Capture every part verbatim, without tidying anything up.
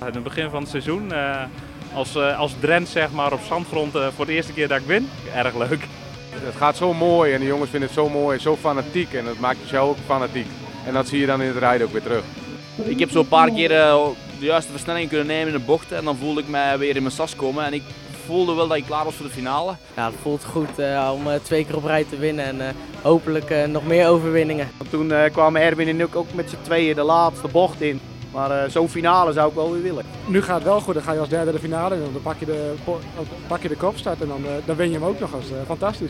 In het begin van het seizoen, uh, als, uh, als Drent zeg maar, op zandgrond uh, voor de eerste keer dat ik win, erg leuk. Het gaat zo mooi en de jongens vinden het zo mooi en zo fanatiek en dat maakt jou ook fanatiek. En dat zie je dan in het rijden ook weer terug. Ik heb zo een paar keer uh, de juiste versnelling kunnen nemen in de bochten en dan voelde ik mij weer in mijn sas komen en ik voelde wel dat ik klaar was voor de finale. Ja, het voelt goed uh, om uh, twee keer op rij te winnen en uh, hopelijk uh, nog meer overwinningen. Toen uh, kwamen Erwin en ik ook met z'n tweeën de laatste bocht in. Maar uh, zo'n finale zou ik wel weer willen. Nu gaat het wel goed, dan ga je als derde de finale en dan pak je de, pak je de kopstart en dan, uh, dan win je hem ook nog eens. Uh, fantastisch.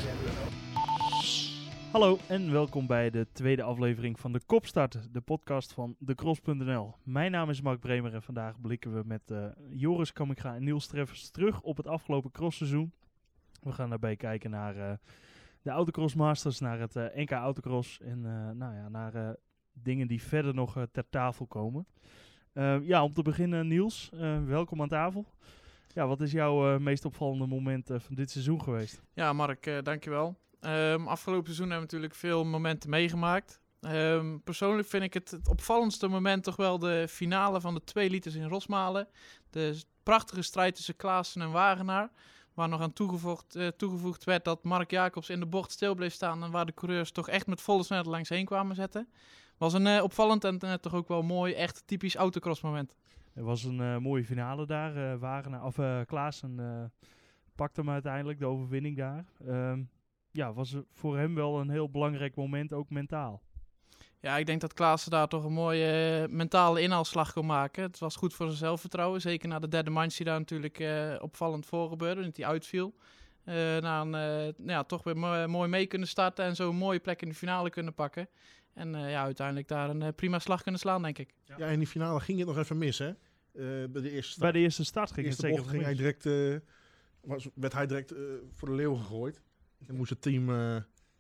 Hallo en welkom bij de tweede aflevering van de Kopstart, de podcast van de cross punt n l. Mijn naam is Mark Bremer en vandaag blikken we met uh, Joris Kamminga en Niels Treffers terug op het afgelopen crossseizoen. We gaan daarbij kijken naar uh, de Autocross Masters, naar het uh, N K Autocross en uh, nou ja, naar uh, dingen die verder nog uh, ter tafel komen. Uh, ja, om te beginnen Niels, uh, welkom aan tafel. Ja, wat is jouw uh, meest opvallende moment uh, van dit seizoen geweest? Ja, Mark, uh, dankjewel. Um, afgelopen seizoen hebben we natuurlijk veel momenten meegemaakt. Um, persoonlijk vind ik het, het opvallendste moment toch wel de finale van de twee liters in Rosmalen. De prachtige strijd tussen Klaassen en Wagenaar. Waar nog aan toegevoegd, uh, toegevoegd werd dat Mark Jacobs in de bocht stil bleef staan. En waar de coureurs toch echt met volle snelheid langs heen kwamen zetten. Was een uh, opvallend en uh, toch ook wel mooi, echt typisch autocross moment. Er was een uh, mooie finale daar. Uh, Wagenaar, of uh, Klaassen uh, pakte hem uiteindelijk, de overwinning daar. Um, Ja, was voor hem wel een heel belangrijk moment, ook mentaal. Ja, ik denk dat Klaassen daar toch een mooie uh, mentale inhaalslag kon maken. Het was goed voor zijn zelfvertrouwen. Zeker na de derde manche die daar natuurlijk uh, opvallend voor gebeurde, dat hij uitviel. Uh, na een, uh, ja, toch weer mo- mooi mee kunnen starten en zo een mooie plek in de finale kunnen pakken. En uh, ja, uiteindelijk daar een uh, prima slag kunnen slaan, denk ik. Ja, ja, in die finale ging het nog even mis, hè? Uh, bij de eerste start. Bij de eerste start ging de eerste het zeker bocht ging hij direct, uh, was, werd hij direct uh, voor de leeuw gegooid. Dan moest het team... Uh,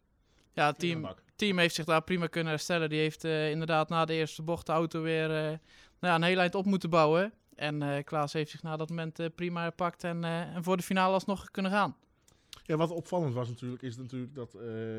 ja, het team, team heeft zich daar prima kunnen herstellen. Die heeft uh, inderdaad na de eerste bocht de auto weer uh, nou ja, een heel eind op moeten bouwen. En uh, Klaas heeft zich na dat moment uh, prima herpakt en, uh, en voor de finale alsnog kunnen gaan. Ja, wat opvallend was natuurlijk, is natuurlijk dat, uh,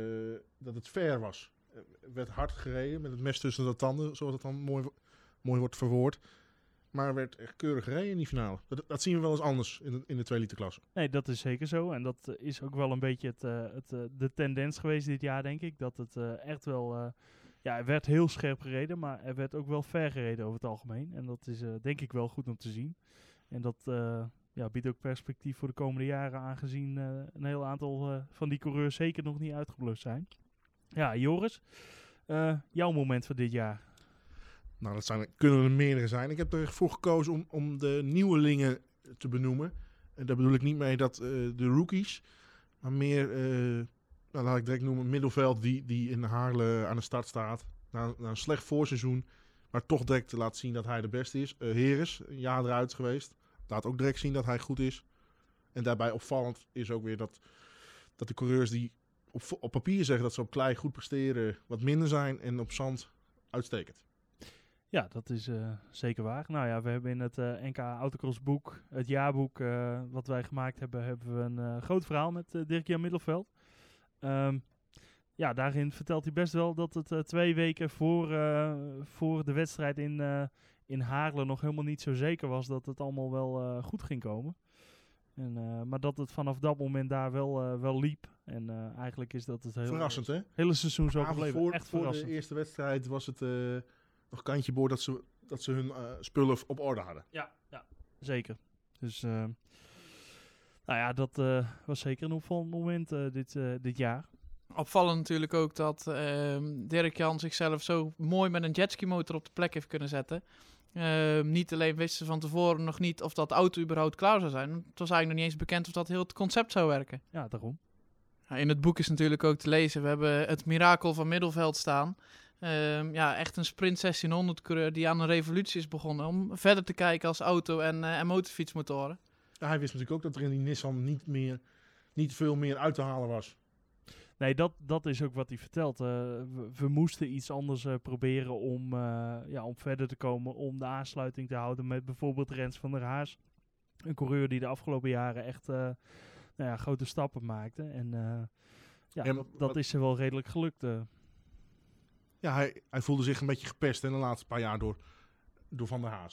dat het fair was. Er werd hard gereden met het mes tussen de tanden, zoals het dan mooi, mooi wordt verwoord. Maar er werd echt keurig gereden in die finale. Dat, dat zien we wel eens anders in de, in de twee liter klasse. Nee, dat is zeker zo. En dat uh, is ook wel een beetje het, uh, het, uh, de tendens geweest dit jaar, denk ik. Dat het uh, echt wel... Uh, ja, er werd heel scherp gereden, maar er werd ook wel ver gereden over het algemeen. En dat is uh, denk ik wel goed om te zien. En dat uh, ja, biedt ook perspectief voor de komende jaren, aangezien uh, een heel aantal uh, van die coureurs zeker nog niet uitgeblust zijn. Ja, Joris, uh, jouw moment van dit jaar? Nou, dat zijn, kunnen er meerdere zijn. Ik heb ervoor gekozen om, om de nieuwelingen te benoemen. En daar bedoel ik niet mee dat uh, de rookies, maar meer, uh, nou, laat ik direct noemen, Middelveld die, die in Haarle aan de start staat. Na, na een slecht voorseizoen, maar toch direct te laten zien dat hij de beste is. Uh, Heres, een jaar eruit geweest. Laat ook direct zien dat hij goed is. En daarbij opvallend is ook weer dat, dat de coureurs die op, op papier zeggen dat ze op klei goed presteren, wat minder zijn en op zand uitstekend. Ja, dat is uh, zeker waar. Nou ja, we hebben in het uh, N K Autocross boek, het jaarboek uh, wat wij gemaakt hebben, hebben we een uh, groot verhaal met uh, Dirk-Jan Middelveld. Um, ja, daarin vertelt hij best wel dat het uh, twee weken voor, uh, voor de wedstrijd in, uh, in Haarle nog helemaal niet zo zeker was dat het allemaal wel uh, goed ging komen. En, uh, maar dat het vanaf dat moment daar wel, uh, wel liep. En uh, eigenlijk is dat het hele, verrassend, hè? hele seizoen zo gebleven. Voor, Echt voor verrassend. de eerste wedstrijd was het uh, nog kantje boord dat ze, dat ze hun uh, spullen op orde hadden. Ja, ja, zeker. Dus uh, nou ja, dat uh, was zeker een opvallend moment uh, dit, uh, dit jaar. Opvallend natuurlijk ook dat uh, Dirk-Jan zichzelf zo mooi met een jetski motor op de plek heeft kunnen zetten. Uh, niet alleen wisten ze van tevoren nog niet of dat auto überhaupt klaar zou zijn. Het was eigenlijk nog niet eens bekend of dat heel het concept zou werken. Ja, daarom. Ja, in het boek is natuurlijk ook te lezen. We hebben het mirakel van Middelveld staan. Uh, ja, echt een sprint zestienhonderd coureur die aan een revolutie is begonnen. Om verder te kijken als auto- en, uh, en motorfietsmotoren. Ja, hij wist natuurlijk ook dat er in die Nissan niet, meer, niet veel meer uit te halen was. Nee, dat, dat is ook wat hij vertelt. Uh, we, we moesten iets anders uh, proberen om, uh, ja, om verder te komen. Om de aansluiting te houden met bijvoorbeeld Rens van der Haas. Een coureur die de afgelopen jaren echt uh, nou ja, grote stappen maakte. En uh, ja, ja, dat, dat is er wel redelijk gelukt. Uh. Ja, hij, hij voelde zich een beetje gepest in de laatste paar jaar door, door Van der Haas.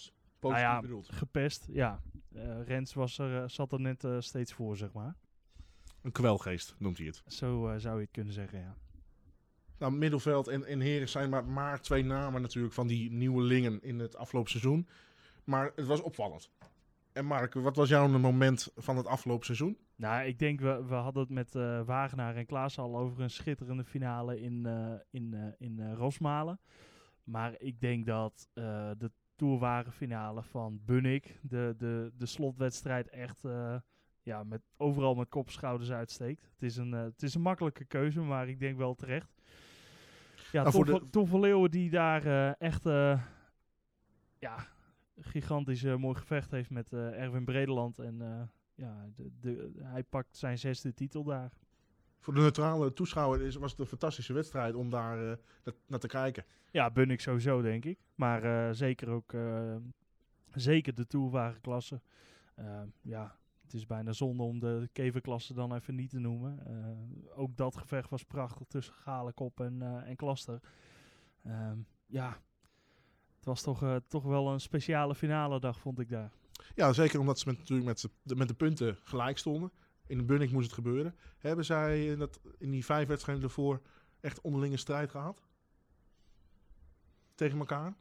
Positief nou ja, bedoeld. gepest, ja. Uh, Rens was er, uh, zat er net uh, steeds voor, zeg maar. Een kwelgeest noemt hij het. Zo uh, zou je het kunnen zeggen, ja. Nou, Middelveld en, en Heren zijn maar, maar twee namen natuurlijk van die nieuwelingen in het afgelopen seizoen. Maar het was opvallend. En Mark, wat was jouw moment van het afgelopen seizoen? Nou, ik denk, we, we hadden het met uh, Wagenaar en Klaas al over een schitterende finale in, uh, in, uh, in uh, Rosmalen. Maar ik denk dat uh, de Tourwagenfinale van Bunnik, de, de, de slotwedstrijd echt uh, ja, met, overal met kop en schouders uitsteekt. Het is, een, uh, het is een makkelijke keuze, maar ik denk wel terecht. Ja, nou, Tom, voor de... Tom van Leeuwen die daar uh, echt uh, ja, gigantisch uh, mooi gevecht heeft met uh, Erwin Bredeland. En uh, ja, de, de, hij pakt zijn zesde titel daar. Voor de neutrale toeschouwer is, was het een fantastische wedstrijd om daar uh, naar, naar te kijken. Ja, Bunnik sowieso, denk ik. Maar uh, zeker ook uh, zeker de Tourwagenklasse. Uh, ja, het is bijna zonde om de keverklasse dan even niet te noemen. Uh, ook dat gevecht was prachtig tussen Galekop en, uh, en Klaster. Uh, ja, het was toch, uh, toch wel een speciale finale dag, vond ik daar. Ja, zeker omdat ze met, natuurlijk met, de, met de punten gelijk stonden. In de Bunnik moest het gebeuren. Hebben zij in, dat, in die vijf wedstrijden ervoor echt onderlinge strijd gehad? Tegen elkaar?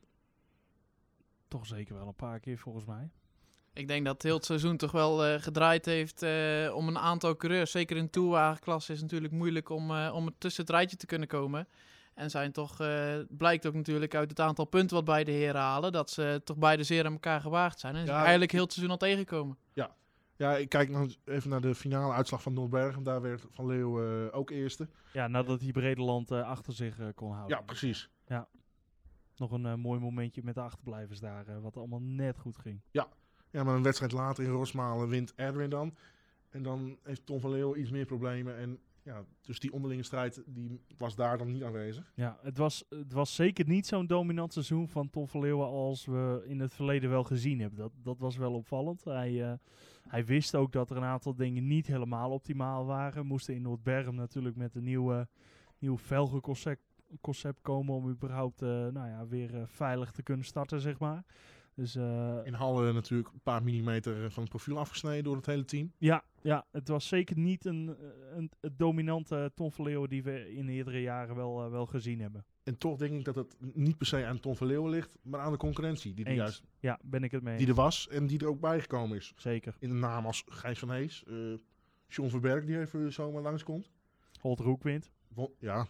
Toch zeker wel een paar keer, volgens mij. Ik denk dat heel het seizoen toch wel uh, gedraaid heeft uh, om een aantal coureurs. Zeker in de Tourwagenklasse is het natuurlijk moeilijk om, uh, om tussen het rijtje te kunnen komen. En zijn toch, uh, blijkt ook natuurlijk uit het aantal punten wat beide heren halen, dat ze toch beide zeer aan elkaar gewaagd zijn. En ja, zijn eigenlijk heel het seizoen al tegengekomen. Ja. Ja, ik kijk nou even naar de finale uitslag van Noordbergen. Daar werd Van Leeuw uh, ook eerste. Ja, nadat hij Bredeland uh, achter zich uh, kon houden. Ja, precies. Ja. Nog een uh, mooi momentje met de achterblijvers daar, uh, wat allemaal net goed ging. Ja. Ja, maar een wedstrijd later in Rosmalen wint Erwin dan. En dan heeft Tom van Leeuw iets meer problemen. En ja, dus die onderlinge strijd die was daar dan niet aanwezig. Ja, het was, het was zeker niet zo'n dominant seizoen van Tom van Leeuwen als we in het verleden wel gezien hebben. Dat, dat was wel opvallend. Hij, uh, hij wist ook dat er een aantal dingen niet helemaal optimaal waren. Moesten in Noordbergen natuurlijk met een nieuwe, nieuw velgenconcept concept komen om überhaupt uh, nou ja, weer uh, veilig te kunnen starten, zeg maar. Dus, uh, in Halle natuurlijk een paar millimeter van het profiel afgesneden door het hele team. Ja, ja, het was zeker niet een, een, een dominante Tom van Leeuwen die we in eerdere jaren wel, uh, wel gezien hebben. En toch denk ik dat het niet per se aan Tom van Leeuwen ligt, maar aan de concurrentie die er, juist, ja, ben ik het mee die er was en die er ook bijgekomen is. Zeker. In de naam als Gijs van Hees, uh, John Verberg die even zomaar langskomt. Holtroek wint. Ja.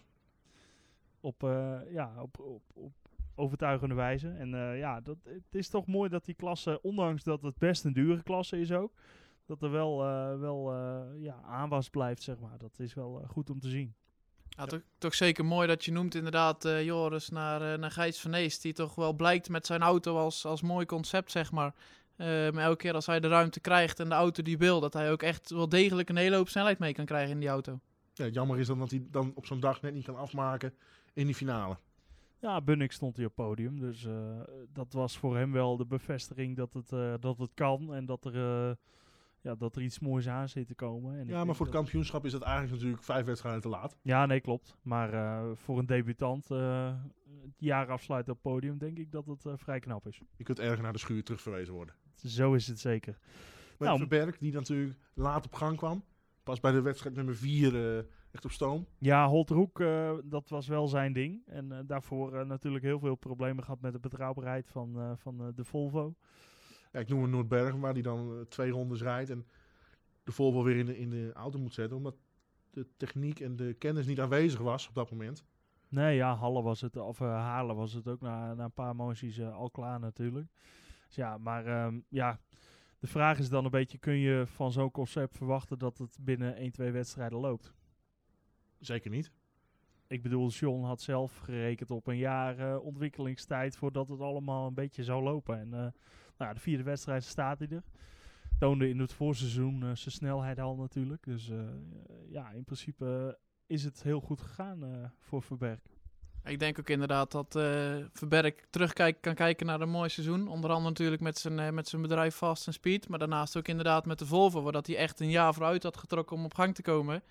Op, uh, ja, op, op, op overtuigende wijze. En uh, ja, dat, het is toch mooi dat die klasse, ondanks dat het best een dure klasse is ook, dat er wel, uh, wel uh, ja, aanwas blijft, zeg maar. Dat is wel uh, goed om te zien. Ja, toch, toch zeker mooi dat je noemt inderdaad uh, Joris naar, uh, naar Gijs van Hees, die toch wel blijkt met zijn auto als, als mooi concept, zeg maar. Uh, maar elke keer als hij de ruimte krijgt en de auto die wil, dat hij ook echt wel degelijk een hele hoop snelheid mee kan krijgen in die auto. Ja, jammer is dan dat hij dan op zo'n dag net niet kan afmaken in die finale. Ja, Bunnik stond hier op het podium, dus uh, dat was voor hem wel de bevestiging dat het, uh, dat het kan en dat er, uh, ja, dat er iets moois aan zit te komen. En ja, maar voor het dat... kampioenschap is het eigenlijk natuurlijk vijf wedstrijden te laat. Ja, nee, klopt. Maar uh, voor een debutant uh, het jaar afsluiten op het podium, denk ik dat het uh, vrij knap is. Je kunt erg naar de schuur terugverwezen worden. Zo is het zeker. Met nou, Verberg, die natuurlijk laat op gang kwam. Pas bij de wedstrijd nummer vier uh, echt op stoom. Ja, Holtroek, uh, dat was wel zijn ding. En uh, daarvoor uh, natuurlijk heel veel problemen gehad met de betrouwbaarheid van, uh, van uh, de Volvo. Ja, ik noem hem Noordbergen, waar die dan uh, twee rondes rijdt en de Volvo weer in de, in de auto moet zetten. Omdat de techniek en de kennis niet aanwezig was op dat moment. Nee, ja, Halle was het, of uh, Haarlem was het ook na, na een paar moties uh, al klaar natuurlijk. Dus ja, maar um, ja... De vraag is dan een beetje, kun je van zo'n concept verwachten dat het binnen één, twee wedstrijden loopt? Zeker niet. Ik bedoel, John had zelf gerekend op een jaar uh, ontwikkelingstijd voordat het allemaal een beetje zou lopen. En uh, nou ja, de vierde wedstrijd staat hij er. Toonde in het voorseizoen uh, zijn snelheid al natuurlijk. Dus uh, ja, in principe uh, is het heel goed gegaan uh, voor Verberg. Ik denk ook inderdaad dat uh, Verberg terug kan kijken naar een mooi seizoen. Onder andere natuurlijk met zijn, uh, met zijn bedrijf Fast and Speed. Maar daarnaast ook inderdaad met de Volvo, waar dat hij echt een jaar vooruit had getrokken om op gang te komen.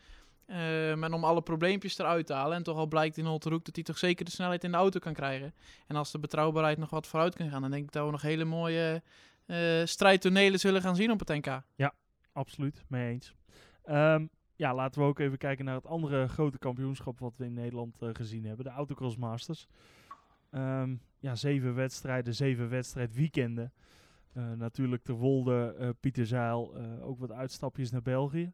Um, en om alle probleempjes eruit te halen. En toch al blijkt in Holterhoek dat hij toch zeker de snelheid in de auto kan krijgen. En als de betrouwbaarheid nog wat vooruit kan gaan, dan denk ik dat we nog hele mooie uh, strijdtonelen zullen gaan zien op het N K. Ja, absoluut. Mee eens. Um, ja, laten we ook even kijken naar het andere grote kampioenschap wat we in Nederland uh, gezien hebben. De Autocross Masters. Um, ja, zeven wedstrijden, zeven wedstrijdweekenden. Uh, natuurlijk Ter Wolde, uh, Pieterzeil, uh, ook wat uitstapjes naar België.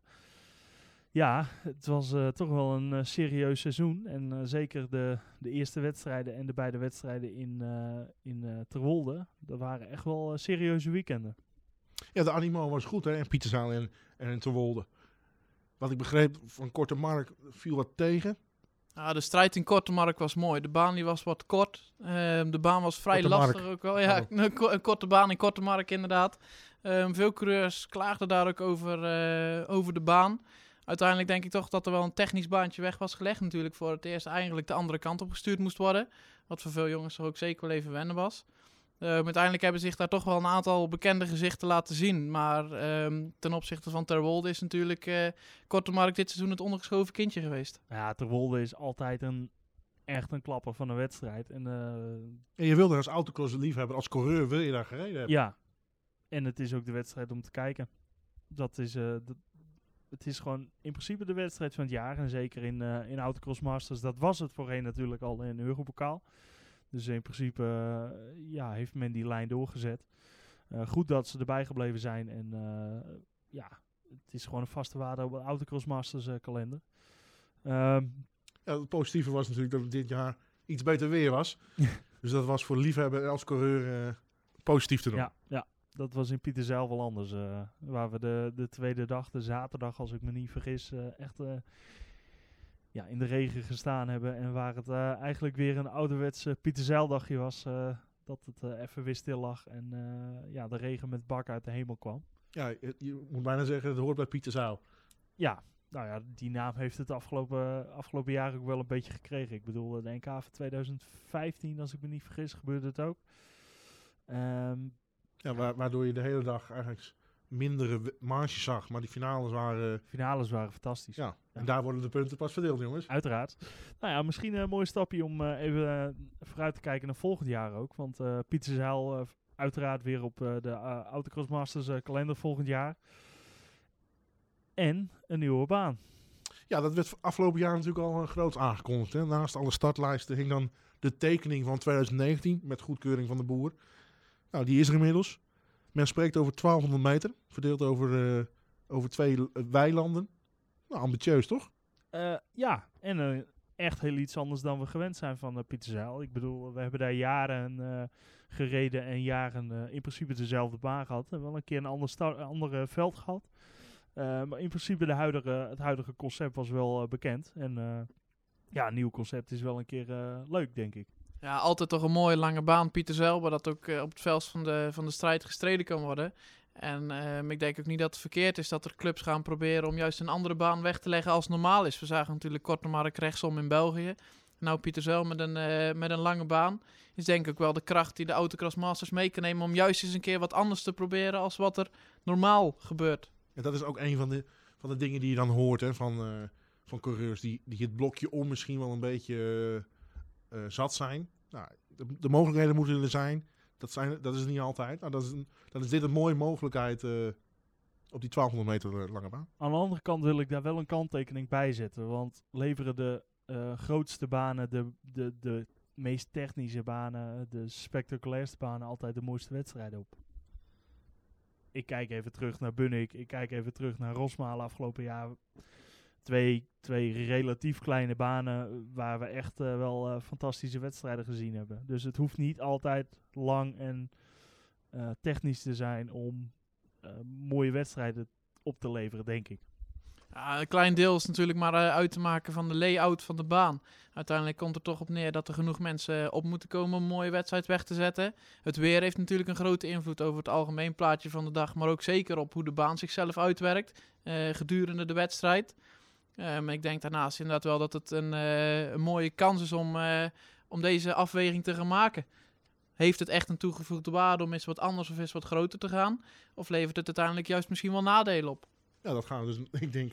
Ja, het was uh, toch wel een uh, serieus seizoen. En uh, zeker de, de eerste wedstrijden en de beide wedstrijden in, uh, in uh, Ter Wolde, dat waren echt wel uh, serieuze weekenden. Ja, de animo was goed, hè, in Pieterzaal en, en in Ter Wolde. Wat ik begreep van Korte Mark viel wat tegen. Ja, de strijd in Korte Mark was mooi. De baan die was wat kort. Uh, de baan was vrij Korte lastig Mark. ook wel. Ja, Oh. een, ko- een korte baan in Korte Mark inderdaad. Um, veel coureurs klaagden daar ook over, uh, over de baan. Uiteindelijk denk ik toch dat er wel een technisch baantje weg was gelegd. Natuurlijk voor het eerst eigenlijk de andere kant op gestuurd moest worden. Wat voor veel jongens toch ook zeker wel even wennen was. Um, uiteindelijk hebben zich daar toch wel een aantal bekende gezichten laten zien. Maar um, ten opzichte van Ter Wolde is natuurlijk uh, Korte Mark dit seizoen het ondergeschoven kindje geweest. Ja, Ter Wolde is altijd een, echt een klapper van een wedstrijd. En, uh, En je wilde als autocross liefhebber, als coureur wil je daar gereden hebben. ja, en het is ook de wedstrijd om te kijken. Dat is, uh, dat, het is gewoon in principe de wedstrijd van het jaar. En zeker in, uh, in Autocross Masters, dat was het voorheen natuurlijk al in Europokaal. Dus in principe uh, ja, heeft men die lijn doorgezet. Uh, goed dat ze erbij gebleven zijn. En uh, ja, het is gewoon een vaste waarde op de Autocross Masters uh, kalender. Um, Ja, het positieve was natuurlijk dat het dit jaar iets beter weer was. Dus dat was voor liefhebber en als coureur uh, positief te doen. ja, ja, dat was in Pieterzeil wel anders. Uh, waar we de, de tweede dag, de zaterdag als ik me niet vergis, uh, echt uh, ja, in de regen gestaan hebben. En waar het uh, eigenlijk weer een ouderwetse Pieterzeildagje was. Uh, dat het uh, even weer stil lag en uh, ja, de regen met bak uit de hemel kwam. Ja, je, je moet bijna zeggen, het hoort bij Pieterzaal. Ja, nou ja, die naam heeft het afgelopen, afgelopen jaar ook wel een beetje gekregen. Ik bedoel, de N K van tweeduizend vijftien, als ik me niet vergis, gebeurde het ook. Um, Ja, wa- waardoor je de hele dag eigenlijk mindere w- marges zag. Maar die finales waren... finales waren fantastisch. Ja, en daar worden de punten pas verdeeld, jongens. Uiteraard. Nou ja, misschien een mooi stapje om uh, even uh, vooruit te kijken naar volgend jaar ook. Want uh, Pieterzeil uh, uiteraard weer op uh, de uh, Autocross Masters uh, kalender volgend jaar. En een nieuwe baan. Ja, dat werd afgelopen jaar natuurlijk al uh, groot aangekondigd. Hè. Naast alle startlijsten hing dan de tekening van tweeduizend negentien met goedkeuring van de boer. Nou, die is er inmiddels. Men spreekt over twaalfhonderd meter, verdeeld over, uh, over twee uh, weilanden. Nou, ambitieus toch? Uh, ja, en uh, echt heel iets anders dan we gewend zijn van uh, Pieterzeil. Ik bedoel, we hebben daar jaren uh, gereden en jaren uh, in principe dezelfde baan gehad. We hebben wel een keer een ander, sta- ander veld gehad. Uh, maar in principe de huidige, het huidige concept was wel uh, bekend. En uh, ja, een nieuw concept is wel een keer uh, leuk, denk ik. Ja, altijd toch een mooie lange baan, Pieterzeil, waar dat ook uh, op het veld van de, van de strijd gestreden kan worden. En uh, ik denk ook niet dat het verkeerd is dat er clubs gaan proberen om juist een andere baan weg te leggen als normaal is. We zagen natuurlijk Korte Mark rechtsom in België. Nou, Pieterzeil met een, uh, met een lange baan is denk ik ook wel de kracht die de Autocross Masters mee kan nemen om juist eens een keer wat anders te proberen als wat er normaal gebeurt. En dat is ook een van de, van de dingen die je dan hoort hè, van, uh, van coureurs die, die het blokje om misschien wel een beetje uh, uh, zat zijn. Nou, de, de mogelijkheden moeten er zijn. Dat, zijn, dat is het niet altijd. Nou, dat is een, dan is dit een mooie mogelijkheid uh, op die twaalfhonderd meter lange baan. Aan de andere kant wil ik daar wel een kanttekening bij zetten. Want leveren de uh, grootste banen, de, de, de meest technische banen, de spectaculairste banen altijd de mooiste wedstrijden op? Ik kijk even terug naar Bunnik, ik kijk even terug naar Rosmalen afgelopen jaar. Twee, twee relatief kleine banen waar we echt uh, wel uh, fantastische wedstrijden gezien hebben. Dus het hoeft niet altijd lang en uh, technisch te zijn om uh, mooie wedstrijden op te leveren, denk ik. Ja, een klein deel is natuurlijk maar uh, uit te maken van de layout van de baan. Uiteindelijk komt er toch op neer dat er genoeg mensen op moeten komen om een mooie wedstrijd weg te zetten. Het weer heeft natuurlijk een grote invloed over het algemeen plaatje van de dag, maar ook zeker op hoe de baan zichzelf uitwerkt uh, gedurende de wedstrijd. Uh, maar ik denk daarnaast inderdaad wel dat het een, uh, een mooie kans is om, uh, om deze afweging te gaan maken. Heeft het echt een toegevoegde waarde om eens wat anders of eens wat groter te gaan? Of levert het uiteindelijk juist misschien wel nadelen op? Ja, dat gaan we dus. Ik denk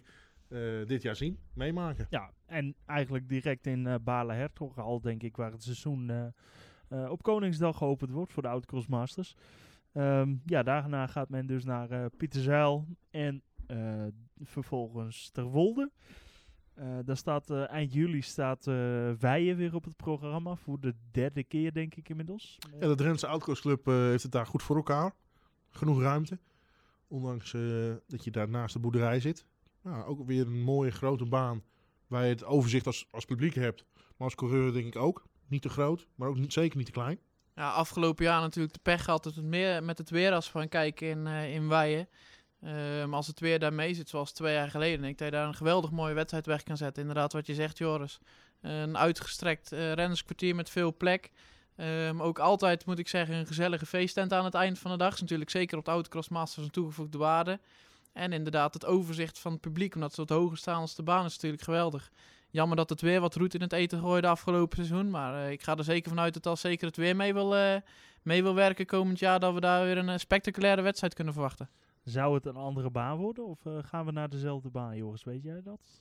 uh, dit jaar zien, meemaken. Ja, en eigenlijk direct in uh, Balen-Hertog al, denk ik, waar het seizoen uh, uh, op Koningsdag geopend wordt voor de Autocross Masters. Um, ja, daarna gaat men dus naar uh, Pieterziel en uh, vervolgens Terwolde. Uh, daar staat uh, eind juli staat uh, Weijen weer op het programma voor de derde keer, denk ik inmiddels. Ja, de Drentse Autocross Club uh, heeft het daar goed voor elkaar. Genoeg ruimte. Ondanks uh, dat je daar naast de boerderij zit. Nou, ook weer een mooie grote baan waar je het overzicht als, als publiek hebt. Maar als coureur denk ik ook. Niet te groot, maar ook niet, zeker niet te klein. Ja, afgelopen jaar natuurlijk de pech gehad met het, meer, met het weer als we gaan kijken in, uh, in Weijen. Uh, maar als het weer daar mee zit, zoals twee jaar geleden, denk ik dat je daar een geweldig mooie wedstrijd weg kan zetten. Inderdaad, wat je zegt, Joris. Uh, een uitgestrekt uh, rennerskwartier met veel plek. Um, ook altijd, moet ik zeggen, een gezellige feesttent aan het eind van de dag. Is natuurlijk zeker op de Autocross Masters een toegevoegde waarde. En inderdaad, het overzicht van het publiek, omdat ze wat hoger staan als de baan, is natuurlijk geweldig. Jammer dat het weer wat roet in het eten gooide afgelopen seizoen. Maar uh, ik ga er zeker vanuit dat als zeker het weer mee wil, uh, mee wil werken komend jaar, dat we daar weer een uh, spectaculaire wedstrijd kunnen verwachten. Zou het een andere baan worden of uh, gaan we naar dezelfde baan, Joris? Weet jij dat?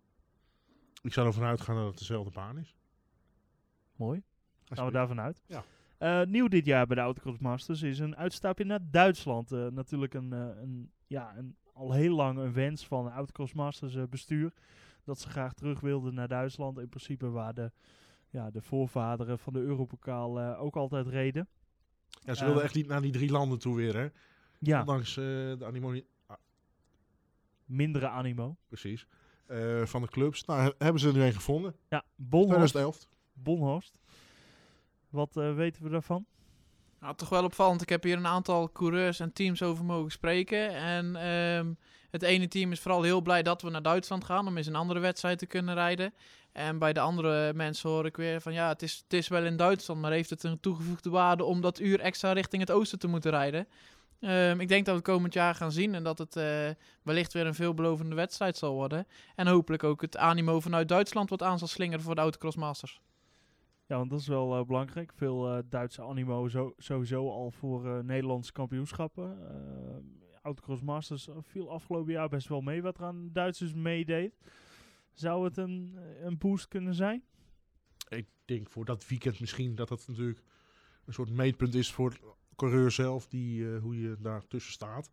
Ik zou ervan uitgaan dat het dezelfde baan is. Mooi. Gaan we daarvan uit. Ja. Uh, nieuw dit jaar bij de Autocross Masters is een uitstapje naar Duitsland. Uh, natuurlijk een, uh, een, ja, een, al heel lang een wens van de Autocross Masters uh, bestuur. Dat ze graag terug wilden naar Duitsland. In principe waar de, ja, de voorvaderen van de Europokaal uh, ook altijd reden. Ja, ze wilden uh, echt niet naar die drie landen toe weer, hè? Ja. Ondanks uh, de animo... Ah. Mindere animo. Precies. Uh, van de clubs. Nou, he- hebben ze er nu een gevonden. Ja, Bonhorst. twintig elf. Bonhorst. Wat uh, weten we daarvan? Nou, toch wel opvallend. Ik heb hier een aantal coureurs en teams over mogen spreken. En um, het ene team is vooral heel blij dat we naar Duitsland gaan om eens een andere wedstrijd te kunnen rijden. En bij de andere mensen hoor ik weer van ja, het is, het is wel in Duitsland, maar heeft het een toegevoegde waarde om dat uur extra richting het oosten te moeten rijden. Um, ik denk dat we het komend jaar gaan zien en dat het uh, wellicht weer een veelbelovende wedstrijd zal worden. En hopelijk ook het animo vanuit Duitsland wat aan zal slingeren voor de Autocross Masters. Ja, want dat is wel uh, belangrijk. Veel uh, Duitse animo zo, sowieso al voor uh, Nederlandse kampioenschappen. Uh, Autocross Masters viel afgelopen jaar best wel mee wat er aan Duitsers meedeed. Zou het een, een boost kunnen zijn? Ik denk voor dat weekend misschien dat dat natuurlijk een soort meetpunt is voor de coureur zelf, die, uh, hoe je daar tussen staat.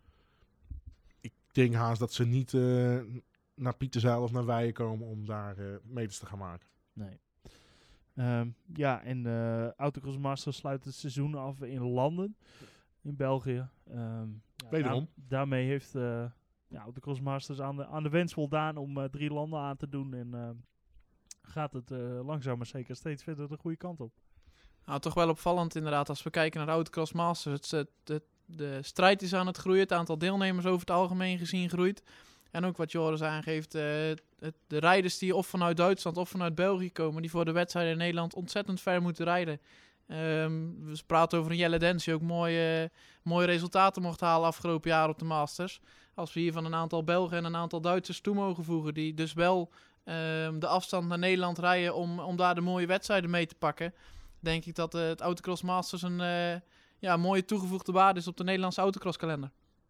Ik denk haast dat ze niet uh, naar Pieterziel of naar Weijen komen om daar uh, meters te gaan maken. Nee. Um, ja, en uh, Autocross Masters sluit het seizoen af in Landen, in België. Um, ja, Wederom. Daar, daarmee heeft uh, ja, Autocross Masters aan de, aan de wens voldaan om uh, drie landen aan te doen. En uh, gaat het uh, langzaam maar zeker steeds verder de goede kant op. Nou, toch wel opvallend inderdaad als we kijken naar de Autocross Masters. Het, het, het, de strijd is aan het groeien, het aantal deelnemers over het algemeen gezien groeit. En ook wat Joris aangeeft, uh, het, de rijders die of vanuit Duitsland of vanuit België komen, die voor de wedstrijden in Nederland ontzettend ver moeten rijden. Um, we praten over een Jelle Dens die ook mooie, mooie resultaten mocht halen afgelopen jaar op de Masters. Als we hier van een aantal Belgen en een aantal Duitsers toe mogen voegen, die dus wel um, de afstand naar Nederland rijden om, om daar de mooie wedstrijden mee te pakken, denk ik dat uh, het Autocross Masters een uh, ja, mooie toegevoegde waarde is op de Nederlandse autocross kalender.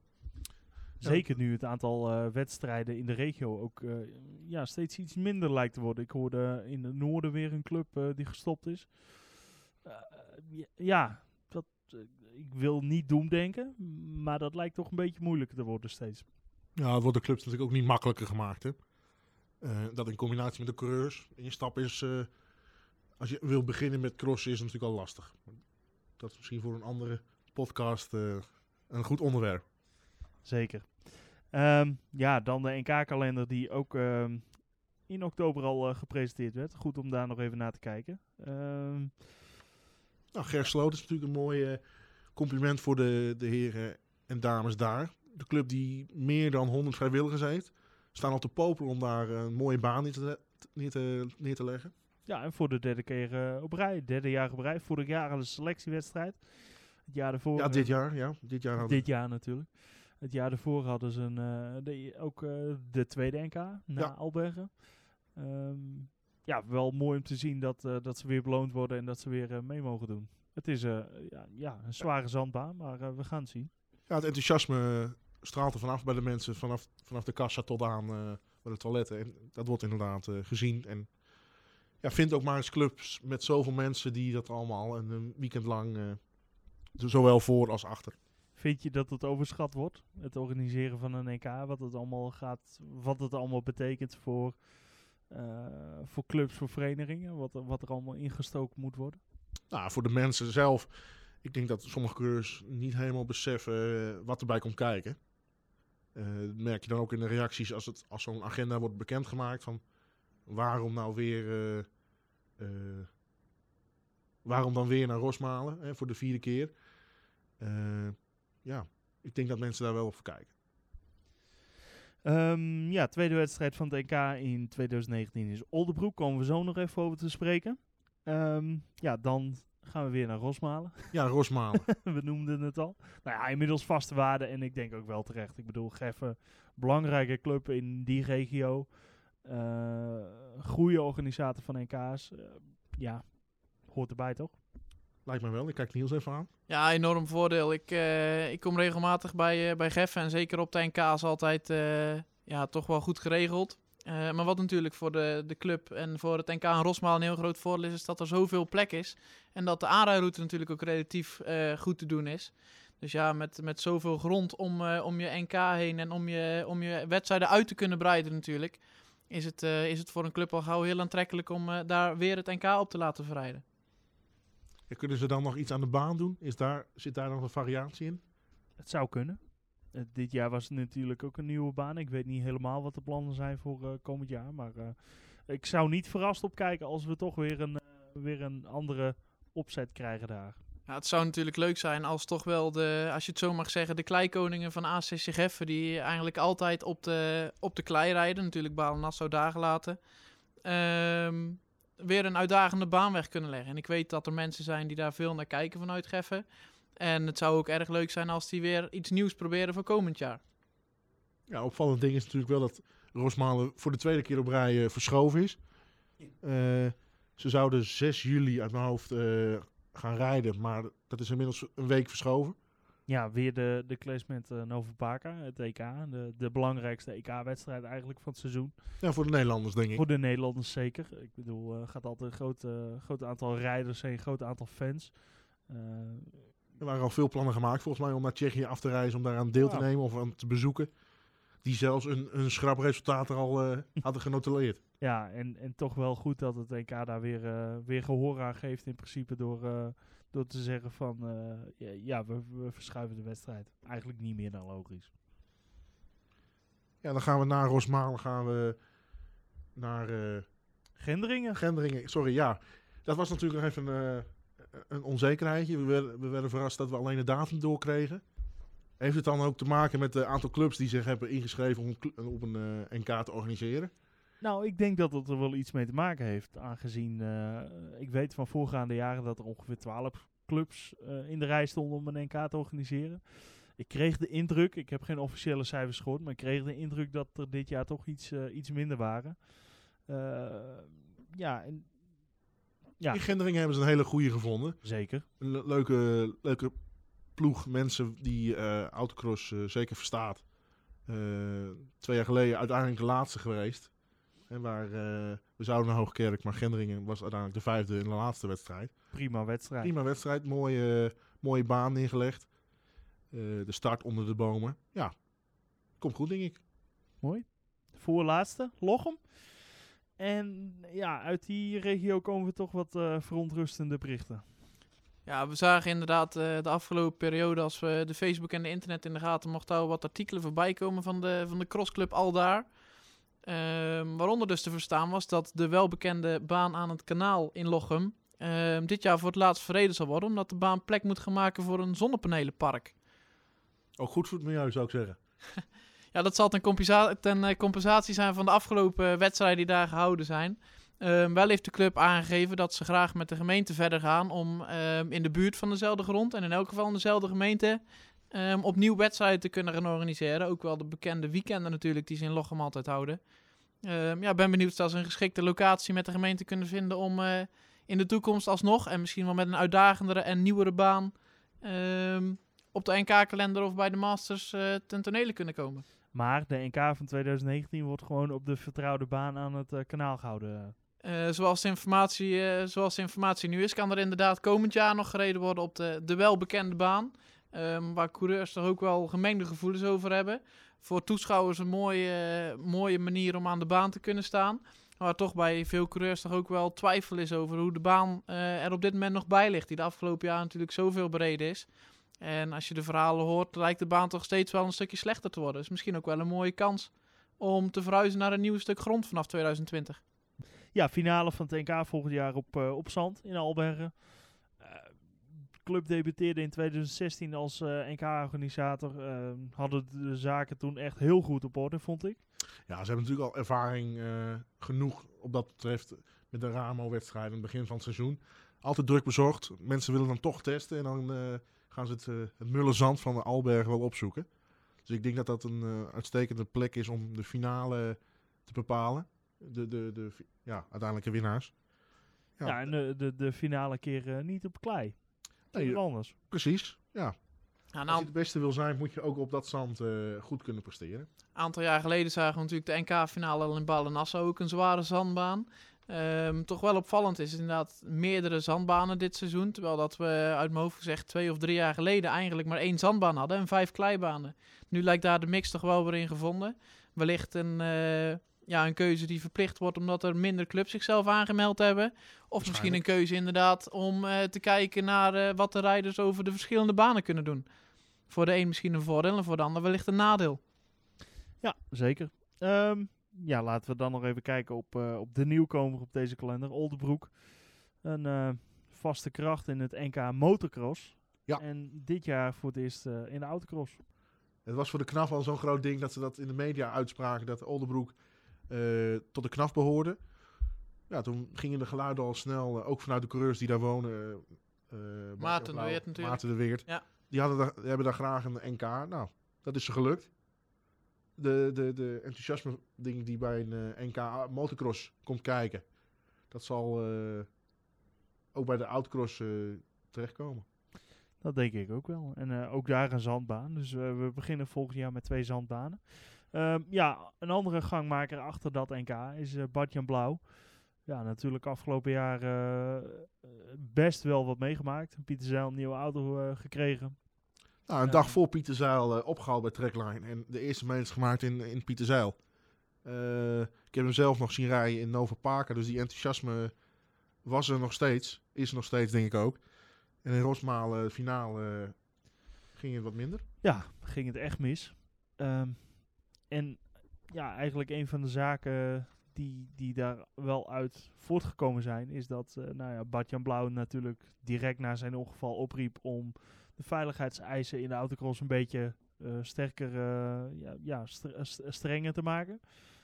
Zeker nu het aantal uh, wedstrijden in de regio ook uh, ja, steeds iets minder lijkt te worden. Ik hoorde in het noorden weer een club uh, die gestopt is. Uh, ja, dat, uh, ik wil niet doemdenken, maar dat lijkt toch een beetje moeilijker te worden steeds. Ja, het wordt de clubs natuurlijk ook niet makkelijker gemaakt. Hè? Uh, dat in combinatie met de coureurs. Instap is, uh, als je wil beginnen met crossen, is het natuurlijk al lastig. Dat is misschien voor een andere podcast uh, een goed onderwerp. Zeker. Um, ja, dan de N K-kalender die ook um, in oktober al uh, gepresenteerd werd. Goed om daar nog even naar te kijken. Um, nou, Ger Sloot is natuurlijk een mooi uh, compliment voor de, de heren en dames daar. De club die meer dan honderd vrijwilligers heeft. Staan al te popelen om daar een mooie baan neer te, neer te, neer te leggen. Ja, en voor de derde keer uh, op rij. Derde jaar op rij. Vorig jaar aan de selectiewedstrijd. Het jaar ervoor. Ja, dit jaar. Ja, dit jaar, hadden... dit jaar natuurlijk. Het jaar ervoor hadden ze een, uh, de, ook uh, de tweede N K na ja. Albergen. Um, ja, wel mooi om te zien dat, uh, dat ze weer beloond worden en dat ze weer uh, mee mogen doen. Het is uh, ja, ja, een zware zandbaan, maar uh, we gaan het zien. Ja, het enthousiasme straalt er vanaf bij de mensen, vanaf, vanaf de kassa tot aan uh, voor de toiletten. En dat wordt inderdaad uh, gezien. En ja, vind ook maar eens clubs met zoveel mensen die dat allemaal een, een weekend lang, uh, zowel voor als achter. Vind je dat het overschat wordt, het organiseren van een E K? Wat het allemaal gaat, wat het allemaal betekent voor, uh, voor clubs, voor verenigingen? Wat, wat er allemaal ingestoken moet worden? Nou, voor de mensen zelf. Ik denk dat sommige coureurs niet helemaal beseffen uh, wat erbij komt kijken. Uh, dat merk je dan ook in de reacties als, het, als zo'n agenda wordt bekendgemaakt. Van waarom nou weer... Uh, uh, waarom dan weer naar Rosmalen hè, voor de vierde keer? Uh, ja, ik denk dat mensen daar wel op kijken. Um, ja, tweede wedstrijd van het E K in twintig negentien is Oldebroek. Komen we zo nog even over te spreken. Um, ja, dan gaan we weer naar Rosmalen. Ja, Rosmalen. We noemden het al. Nou ja, inmiddels vaste waarde en ik denk ook wel terecht. Ik bedoel, Geffen, belangrijke club in die regio. Uh, goede organisator van E K's. Uh, ja, hoort erbij toch? Lijkt me wel. Ik kijk Niels even aan. Ja, enorm voordeel. Ik, uh, ik kom regelmatig bij, uh, bij Geffen en zeker op de N K's altijd uh, ja, toch wel goed geregeld. Uh, maar wat natuurlijk voor de, de club en voor het N K en Rosmalen een heel groot voordeel is, is dat er zoveel plek is. En dat de aanrijroute natuurlijk ook relatief uh, goed te doen is. Dus ja, met, met zoveel grond om, uh, om je N K heen en om je, om je wedstrijden uit te kunnen breiden natuurlijk, is het, uh, is het voor een club al gauw heel aantrekkelijk om uh, daar weer het N K op te laten verrijden. Ja, kunnen ze dan nog iets aan de baan doen? Is daar, zit daar nog een variatie in? Het zou kunnen. Uh, dit jaar was het natuurlijk ook een nieuwe baan. Ik weet niet helemaal wat de plannen zijn voor uh, komend jaar. Maar uh, ik zou niet verrast opkijken als we toch weer een, uh, weer een andere opzet krijgen daar. Ja, het zou natuurlijk leuk zijn als toch wel de, als je het zo mag zeggen, de kleikoningen van A C C Geffen, die eigenlijk altijd op de, op de klei rijden, natuurlijk Balen-Nassau daar gelaten, um, weer een uitdagende baanweg kunnen leggen. En ik weet dat er mensen zijn die daar veel naar kijken vanuit Geffen. En het zou ook erg leuk zijn als die weer iets nieuws proberen voor komend jaar. Ja, opvallend ding is natuurlijk wel dat Rosmalen voor de tweede keer op rij uh, verschoven is. Uh, ze zouden zes juli uit mijn hoofd uh, gaan rijden, maar dat is inmiddels een week verschoven. Ja, weer de, de clash met uh, Nova Parka, het E K. De, de belangrijkste E K-wedstrijd eigenlijk van het seizoen. Ja, voor de Nederlanders denk ik. Voor de Nederlanders zeker. Ik bedoel, er uh, gaat altijd een groot, uh, groot aantal rijders heen, een groot aantal fans. Uh, er waren al veel plannen gemaakt volgens mij om naar Tsjechië af te reizen, om daaraan deel te ja. nemen of aan te bezoeken. Die zelfs een, een schrapresultaat er al uh, hadden genotuleerd. Ja, en, en toch wel goed dat het E K daar weer, uh, weer gehoor aan geeft in principe door, uh, door te zeggen van uh, ja, ja we, we verschuiven de wedstrijd. Eigenlijk niet meer dan logisch. Ja, dan gaan we naar Rosmalen, gaan we naar... Uh, Gendringen? Gendringen, sorry, ja. Dat was natuurlijk nog even uh, een onzekerheidje. We werden, we werden verrast dat we alleen de datum doorkregen. Heeft het dan ook te maken met het aantal clubs die zich hebben ingeschreven om op een uh, N K te organiseren? Nou, ik denk dat het er wel iets mee te maken heeft. Aangezien, uh, ik weet van voorgaande jaren dat er ongeveer twaalf clubs uh, in de rij stonden om een N K te organiseren. Ik kreeg de indruk, ik heb geen officiële cijfers gehoord, maar ik kreeg de indruk dat er dit jaar toch iets, uh, iets minder waren. Uh, ja, en, ja. In Gendringen hebben ze een hele goede gevonden. Zeker. Een le- leuke, leuke ploeg mensen die uh, autocross uh, zeker verstaat. Uh, twee jaar geleden uiteindelijk de laatste geweest. En waar, uh, we zouden naar Hoogkerk, maar Gendringen was uiteindelijk de vijfde in de laatste wedstrijd. Prima wedstrijd. Prima wedstrijd, mooie, uh, mooie baan neergelegd. Uh, de start onder de bomen. Ja, komt goed denk ik. Mooi. Voorlaatste, Lochem. En ja, uit die regio komen we toch wat uh, verontrustende berichten. Ja, we zagen inderdaad uh, de afgelopen periode, als we de Facebook en de internet in de gaten mochten houden, wat artikelen voorbij komen van de, van de crossclub Aldaar. Uh, waaronder dus te verstaan was dat de welbekende baan aan het kanaal in Lochem uh, dit jaar voor het laatst verreden zal worden, omdat de baan plek moet gaan maken voor een zonnepanelenpark. Ook goed voor het milieu, zou ik zeggen. Ja, dat zal ten, compensa- ten uh, compensatie zijn van de afgelopen wedstrijden die daar gehouden zijn. Uh, wel heeft de club aangegeven dat ze graag met de gemeente verder gaan om uh, in de buurt van dezelfde grond en in elk geval in dezelfde gemeente um, opnieuw wedstrijden te kunnen gaan organiseren. Ook wel de bekende weekenden natuurlijk die ze in Lochem altijd houden. Uh, ja, ben benieuwd of ze een geschikte locatie met de gemeente kunnen vinden om uh, in de toekomst alsnog en misschien wel met een uitdagendere en nieuwere baan um, op de N K-kalender of bij de Masters uh, ten tonele kunnen komen. Maar de N K van twintig negentien wordt gewoon op de vertrouwde baan aan het uh, kanaal gehouden. Uh, zoals, de informatie, uh, zoals de informatie nu is, kan er inderdaad komend jaar nog gereden worden op de, de welbekende baan. Um, waar coureurs er ook wel gemengde gevoelens over hebben. Voor toeschouwers een mooie, uh, mooie manier om aan de baan te kunnen staan. Waar toch bij veel coureurs toch ook wel twijfel is over hoe de baan uh, er op dit moment nog bij ligt. Die de afgelopen jaar natuurlijk zoveel bereden is. En als je de verhalen hoort, lijkt de baan toch steeds wel een stukje slechter te worden. Dus misschien ook wel een mooie kans om te verhuizen naar een nieuw stuk grond vanaf twintig twintig. Ja, finale van het N K volgend jaar op, uh, op zand in Albergen. Uh, de club debuteerde in twintig zestien als uh, N K-organisator. Uh, hadden de zaken toen echt heel goed op orde, vond ik. Ja, ze hebben natuurlijk al ervaring uh, genoeg op dat betreft met de Ramo-wedstrijd aan het begin van het seizoen. Altijd druk bezorgd. Mensen willen dan toch testen en dan uh, gaan ze het, uh, het mulle zand van de Albergen wel opzoeken. Dus ik denk dat dat een uh, uitstekende plek is om de finale te bepalen. De, de, de ja, uiteindelijke winnaars. Ja, ja en de, de, de finale keer uh, niet op klei. Nee, anders. Precies, ja. Ja, nou, als je het beste wil zijn, moet je ook op dat zand uh, goed kunnen presteren. Een aantal jaar geleden zagen we natuurlijk de N K-finale al in Balen-Nassau, ook een zware zandbaan. Um, toch wel opvallend is inderdaad meerdere zandbanen dit seizoen. Terwijl dat we uit mijn hoofd gezegd twee of drie jaar geleden eigenlijk maar één zandbaan hadden en vijf kleibanen. Nu lijkt daar de mix toch wel weer in gevonden. Wellicht een, uh, ja, een keuze die verplicht wordt omdat er minder clubs zichzelf aangemeld hebben. Of misschien een keuze inderdaad om uh, te kijken naar uh, wat de rijders over de verschillende banen kunnen doen. Voor de een misschien een voordeel en voor de ander wellicht een nadeel. Ja, zeker. Um, ja, laten we dan nog even kijken op, uh, op de nieuwkomer op deze kalender. Oldebroek. Een uh, vaste kracht in het N K motocross. Ja. En dit jaar voor het eerst uh, in de autocross. Het was voor de K N A F al zo'n groot ding dat ze dat in de media uitspraken. Dat Oldebroek uh, tot de K N A F behoorde. Ja, toen gingen de geluiden al snel, uh, ook vanuit de coureurs die daar wonen. Uh, Maarten de Weert natuurlijk. Maarten de Weert. Ja. Die, hadden daar, die hebben daar graag een N K. Nou, dat is ze gelukt. De, de, de enthousiasme ding die bij een uh, N K motocross komt kijken. Dat zal uh, ook bij de autocross uh, terechtkomen. Dat denk ik ook wel. En uh, ook daar een zandbaan. Dus uh, we beginnen volgend jaar met twee zandbanen. Um, ja, een andere gangmaker achter dat N K is uh, Bart-Jan Blauw. Ja, natuurlijk afgelopen jaar uh, best wel wat meegemaakt. Pieter Zeil een nieuwe auto uh, gekregen. Nou, een uh, dag voor Pieter Zeil uh, opgehaald bij Trackline. En de eerste meters gemaakt in, in Pieter Zeil. Uh, ik heb hem zelf nog zien rijden in Nova Parker. Dus die enthousiasme was er nog steeds. Is er nog steeds, denk ik ook. En in Rosmalen, finale, uh, ging het wat minder. Ja, ging het echt mis. Um, en ja, eigenlijk een van de zaken die, die daar wel uit voortgekomen zijn, is dat uh, nou ja, Bart-Jan Blauw natuurlijk direct na zijn ongeval opriep om de veiligheidseisen in de autocross een beetje uh, sterker, uh, ja, ja st- st- strenger te maken.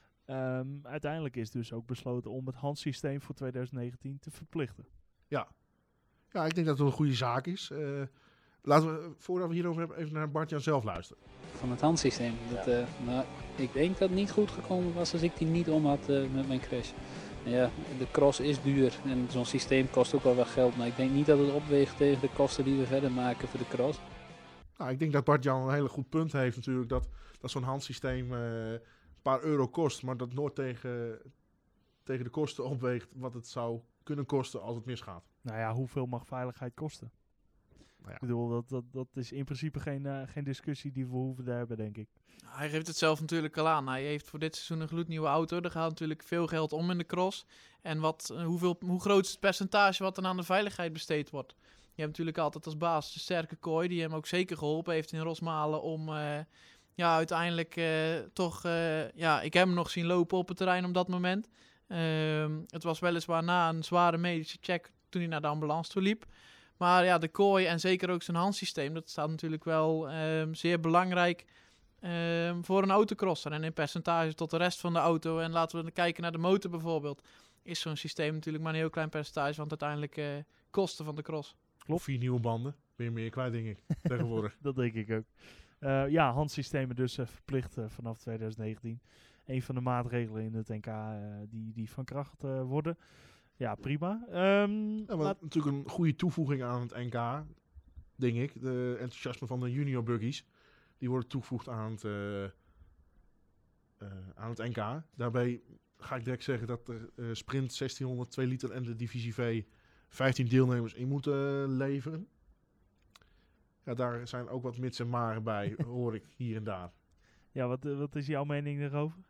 Um, uiteindelijk is dus ook besloten om het handsysteem voor twintig negentien te verplichten. Ja. Ja, ik denk dat het een goede zaak is. Uh, laten we, voordat we hierover hebben, even naar Bart-Jan zelf luisteren. Van het handsysteem. Dat, uh, nou, ik denk dat het niet goed gekomen was als ik die niet om had uh, met mijn crash. Ja, de cross is duur en zo'n systeem kost ook wel wat geld. Maar ik denk niet dat het opweegt tegen de kosten die we verder maken voor de cross. Nou, ik denk dat Bart-Jan een hele goed punt heeft natuurlijk. Dat, dat zo'n handsysteem uh, een paar euro kost. Maar dat nooit tegen, tegen de kosten opweegt wat het zou kunnen kosten als het misgaat. Nou ja, hoeveel mag veiligheid kosten? Nou ja. Ik bedoel, dat, dat, dat is in principe geen, uh, geen discussie die we hoeven te hebben, denk ik. Hij geeft het zelf natuurlijk al aan. Hij heeft voor dit seizoen een gloednieuwe auto. Er gaat natuurlijk veel geld om in de cross. En wat, uh, hoeveel, hoe groot is het percentage wat dan aan de veiligheid besteed wordt? Je hebt natuurlijk altijd als baas de sterke Kooi, die hem ook zeker geholpen heeft in Rosmalen om uh, ja, uiteindelijk uh, toch... Uh, ja, ik heb hem nog zien lopen op het terrein op dat moment. Uh, het was weliswaar na een zware medische check toen hij naar de ambulance toe liep. Maar ja, de Kooi en zeker ook zijn handsysteem, dat staat natuurlijk wel uh, zeer belangrijk uh, voor een autocrosser. En in percentage tot de rest van de auto. En laten we kijken naar de motor bijvoorbeeld. Is zo'n systeem natuurlijk maar een heel klein percentage van het uiteindelijke uh, kosten van de cross. Klopt. Vier nieuwe banden, ben je meer kwijt, denk ik, tegenwoordig. Dat denk ik ook. Uh, ja, handsystemen dus uh, verplicht uh, vanaf twintig negentien. Een van de maatregelen in het N K uh, die, die van kracht uh, worden. Ja, prima. Um, ja, maar laat... natuurlijk een goede toevoeging aan het N K, denk ik. De enthousiasme van de junior buggies. Die worden toegevoegd aan het, uh, uh, aan het N K. Daarbij ga ik direct zeggen dat er uh, sprint zestienhonderd, twee liter en de divisie V vijftien deelnemers in moeten uh, leveren. Ja, daar zijn ook wat mits en maren bij, hoor ik hier en daar. Ja, wat, uh, wat is jouw mening daarover?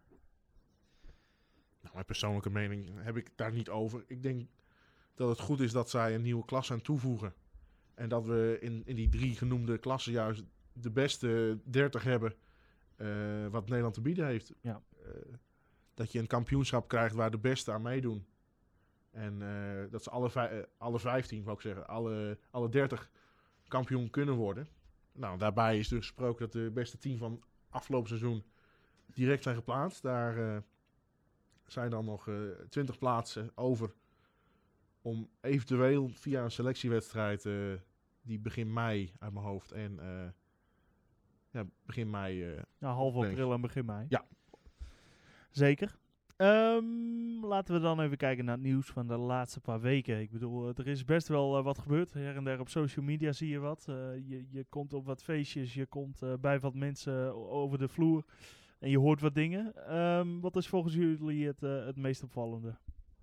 Nou, mijn persoonlijke mening heb ik daar niet over. Ik denk dat het goed is dat zij een nieuwe klasse aan toevoegen. En dat we in, in die drie genoemde klassen juist de beste dertig hebben uh, wat Nederland te bieden heeft. Ja. Uh, dat je een kampioenschap krijgt waar de beste aan meedoen. En uh, dat ze alle, vij- uh, alle vijftien, wou ik zeggen, alle, alle dertig kampioen kunnen worden. Nou, daarbij is dus gesproken dat de beste tien van afgelopen seizoen direct zijn geplaatst. Daar uh, zijn dan nog uh, twintig plaatsen over om eventueel via een selectiewedstrijd uh, die begin mei uit mijn hoofd en uh, ja, begin mei. Uh, nou, half april en begin mei. Ja. Zeker. Um, laten we dan even kijken naar het nieuws van de laatste paar weken. Ik bedoel, er is best wel uh, wat gebeurd. Her en der op social media zie je wat. Uh, je, je komt op wat feestjes, je komt uh, bij wat mensen over de vloer en je hoort wat dingen. Um, wat is volgens jullie het, uh, het meest opvallende?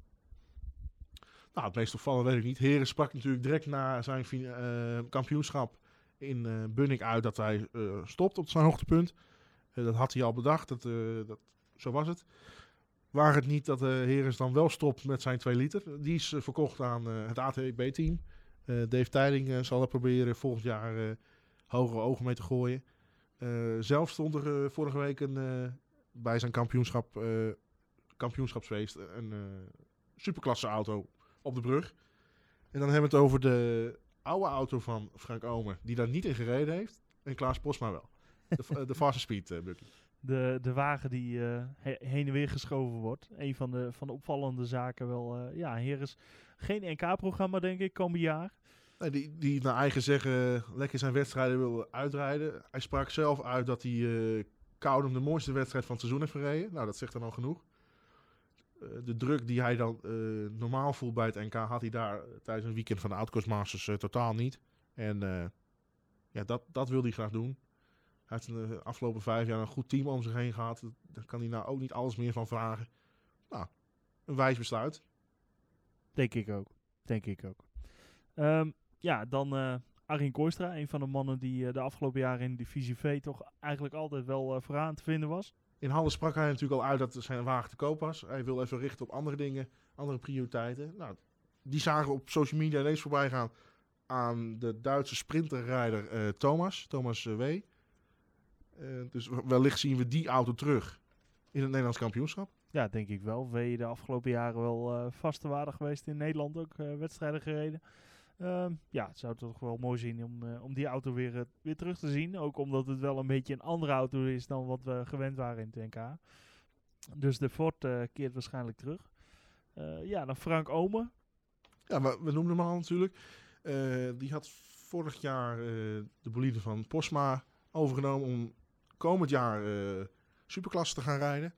Nou, het meest opvallende weet ik niet. Heren sprak natuurlijk direct na zijn uh, kampioenschap in uh, Bunnik uit dat hij uh, stopt op zijn hoogtepunt. Uh, dat had hij al bedacht, dat, uh, dat, zo was het. Waar het niet dat de Heres dan wel stopt met zijn twee liter. Die is uh, verkocht aan uh, het A T B-team. Uh, Dave Tijding uh, zal er proberen volgend jaar uh, hogere ogen mee te gooien. Uh, zelf stond er uh, vorige week een, uh, bij zijn kampioenschap, uh, kampioenschapsfeest een uh, superklasse auto op de brug. En dan hebben we het over de oude auto van Frank Omer, die daar niet in gereden heeft. En Klaas Posma wel. De, de Fast Speed uh, Bucky. De, de wagen die uh, he- heen en weer geschoven wordt. Een van de, van de opvallende zaken wel. Uh, ja, Heres, geen N K-programma denk ik, komend jaar. Nee, die, die naar eigen zeggen lekker zijn wedstrijden wil uitrijden. Hij sprak zelf uit dat hij uh, Koudem de mooiste wedstrijd van het seizoen heeft gereden. Nou, dat zegt dan al genoeg. Uh, de druk die hij dan uh, normaal voelt bij het N K had hij daar uh, tijdens een weekend van de Outcoast Masters uh, totaal niet. En uh, ja, dat, dat wil hij graag doen. Hij heeft in de afgelopen vijf jaar een goed team om zich heen gehad. Daar kan hij nou ook niet alles meer van vragen. Nou, een wijs besluit. Denk ik ook. Denk ik ook. Um, ja, dan uh, Arjen Kooistra. Een van de mannen die uh, de afgelopen jaren in divisie V toch eigenlijk altijd wel uh, vooraan te vinden was. In Halle sprak hij natuurlijk al uit dat zijn wagen te koop was. Hij wil even richten op andere dingen, andere prioriteiten. Nou, die zagen op social media ineens voorbij gaan aan de Duitse sprinterrijder uh, Thomas. Thomas uh, W. Uh, dus wellicht zien we die auto terug in het Nederlands kampioenschap. Ja, denk ik wel. W de afgelopen jaren wel uh, vaste waarde geweest in Nederland. Ook uh, wedstrijden gereden. Uh, ja, het zou toch wel mooi zijn om, uh, om die auto weer, uh, weer terug te zien. Ook omdat het wel een beetje een andere auto is dan wat we gewend waren in het N K. Dus de Ford uh, keert waarschijnlijk terug. Uh, ja, dan Frank Omer. Ja, we, we noemden hem al natuurlijk. Uh, die had vorig jaar uh, de bolide van Posma overgenomen om komend jaar uh, superklasse te gaan rijden.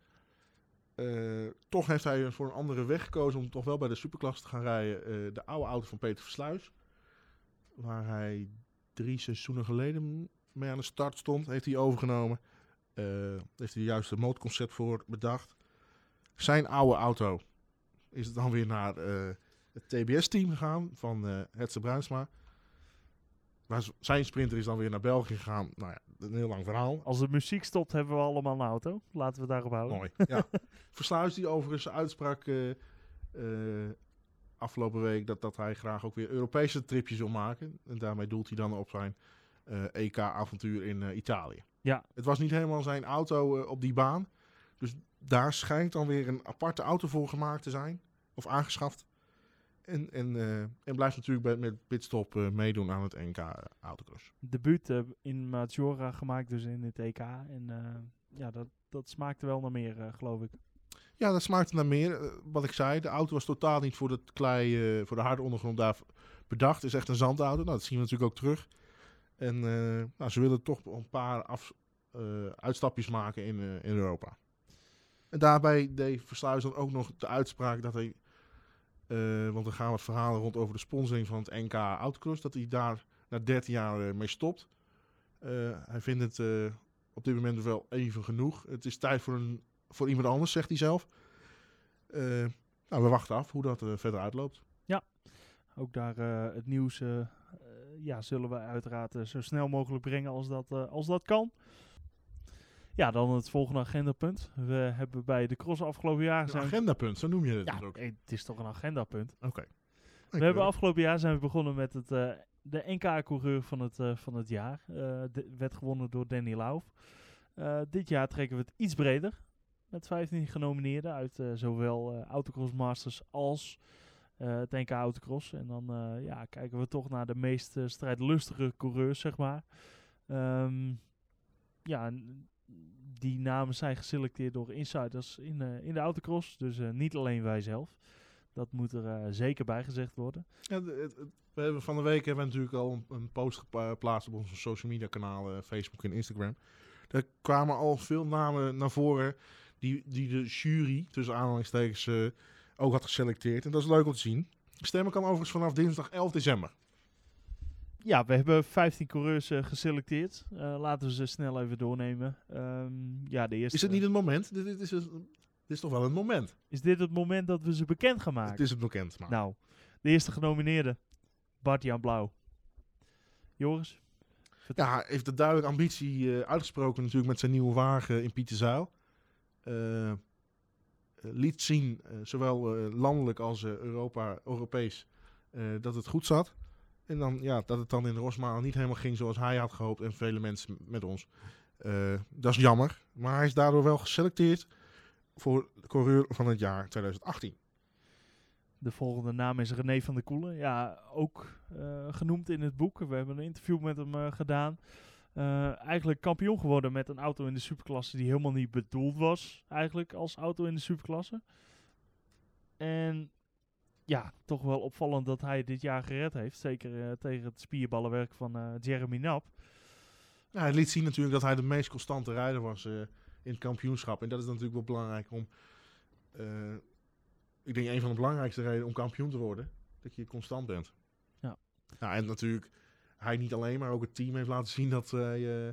Uh, toch heeft hij voor een andere weg gekozen om toch wel bij de superklasse te gaan rijden. Uh, de oude auto van Peter Versluis. Waar hij drie seizoenen geleden mee aan de start stond. Heeft hij overgenomen. Uh, heeft hij de juiste motorconcept voor bedacht. Zijn oude auto is het dan weer naar uh, het T B S-team gegaan van uh, Hetze Bruinsma. Maar zijn sprinter is dan weer naar België gegaan. Nou ja, een heel lang verhaal. Als de muziek stopt, hebben we allemaal een auto. Laten we daarop houden. Mooi, ja. Versluis die overigens uitsprak uh, uh, afgelopen week dat, dat hij graag ook weer Europese tripjes wil maken. En daarmee doelt hij dan op zijn uh, E K-avontuur in uh, Italië. Ja. Het was niet helemaal zijn auto uh, op die baan. Dus daar schijnt dan weer een aparte auto voor gemaakt te zijn. Of aangeschaft. En, en, uh, en blijft natuurlijk bij, met pitstop uh, meedoen aan het N K uh, autocross. Debuut uh, in Maggiora gemaakt, dus in het E K. En uh, ja, dat, dat smaakte wel naar meer, uh, geloof ik. Ja, dat smaakte naar meer. Uh, wat ik zei, de auto was totaal niet voor, het klei, uh, voor de harde ondergrond daar bedacht. Het is echt een zandauto. Nou, dat zien we natuurlijk ook terug. En uh, nou, ze willen toch een paar af, uh, uitstapjes maken in, uh, in Europa. En daarbij deed Versluis dan ook nog de uitspraak dat hij... Uh, want er gaan wat verhalen rond over de sponsoring van het N K Autocross. Dat hij daar na dertien jaar uh, mee stopt. Uh, hij vindt het uh, op dit moment wel even genoeg. Het is tijd voor een voor iemand anders, zegt hij zelf. Uh, nou, we wachten af hoe dat uh, verder uitloopt. Ja, ook daar uh, het nieuws uh, uh, ja, zullen we uiteraard uh, zo snel mogelijk brengen als dat, uh, als dat kan. Ja, dan het volgende agendapunt. We hebben bij de cross afgelopen jaar... Een zijn agendapunt, zo noem je het ja, dus ook. Nee, het is toch een agendapunt. Oké. Okay. We hebben afgelopen jaar zijn we begonnen met het, uh, de N K-coureur van het, uh, van het jaar. Uh, de, werd gewonnen door Danny Lauf. Uh, dit jaar trekken we het iets breder. Met vijftien genomineerden uit uh, zowel uh, Autocross Masters als uh, het N K Autocross. En dan uh, ja, kijken we toch naar de meest uh, strijdlustige coureurs, zeg maar. Um, ja, die namen zijn geselecteerd door insiders in, uh, in de Autocross. Dus uh, niet alleen wij zelf. Dat moet er uh, zeker bij gezegd worden. Ja, de, het, het, we hebben van de week hebben we natuurlijk al een, een post geplaatst op onze social media kanalen, Facebook en Instagram. Er kwamen al veel namen naar voren die, die de jury, tussen aanhalingstekens, uh, ook had geselecteerd. En dat is leuk om te zien. Stemmen kan overigens vanaf dinsdag elf december. Ja, we hebben vijftien coureurs uh, geselecteerd. Uh, laten we ze snel even doornemen. Um, ja, de eerste, is het niet het moment? Dit, dit, is, dit is toch wel het moment? Is dit het moment dat we ze bekend gaan maken? Het is het bekend. Maar. Nou, de eerste genomineerde. Bart-Jan Blauw. Joris? Vertel. Ja, hij heeft de duidelijke ambitie uh, uitgesproken natuurlijk met zijn nieuwe wagen in Pieterzuil. Uh, liet zien, uh, zowel uh, landelijk als uh, Europa, Europees, uh, dat het goed zat. En dan, ja, dat het dan in Rosmalen niet helemaal ging zoals hij had gehoopt en vele mensen met ons. Uh, dat is jammer. Maar hij is daardoor wel geselecteerd voor de coureur van het jaar twintig achttien. De volgende naam is René van der Koelen. Ja, ook uh, genoemd in het boek. We hebben een interview met hem uh, gedaan. Uh, eigenlijk kampioen geworden met een auto in de superklasse die helemaal niet bedoeld was. Eigenlijk als auto in de superklasse. En ja, toch wel opvallend dat hij dit jaar gered heeft. Zeker uh, tegen het spierballenwerk van uh, Jeremy Nap. Ja, hij liet zien natuurlijk dat hij de meest constante rijder was uh, in het kampioenschap. En dat is natuurlijk wel belangrijk om... Uh, ik denk een van de belangrijkste redenen om kampioen te worden. Dat je constant bent. Ja. Nou, en natuurlijk, hij niet alleen, maar ook het team heeft laten zien dat, uh, uh,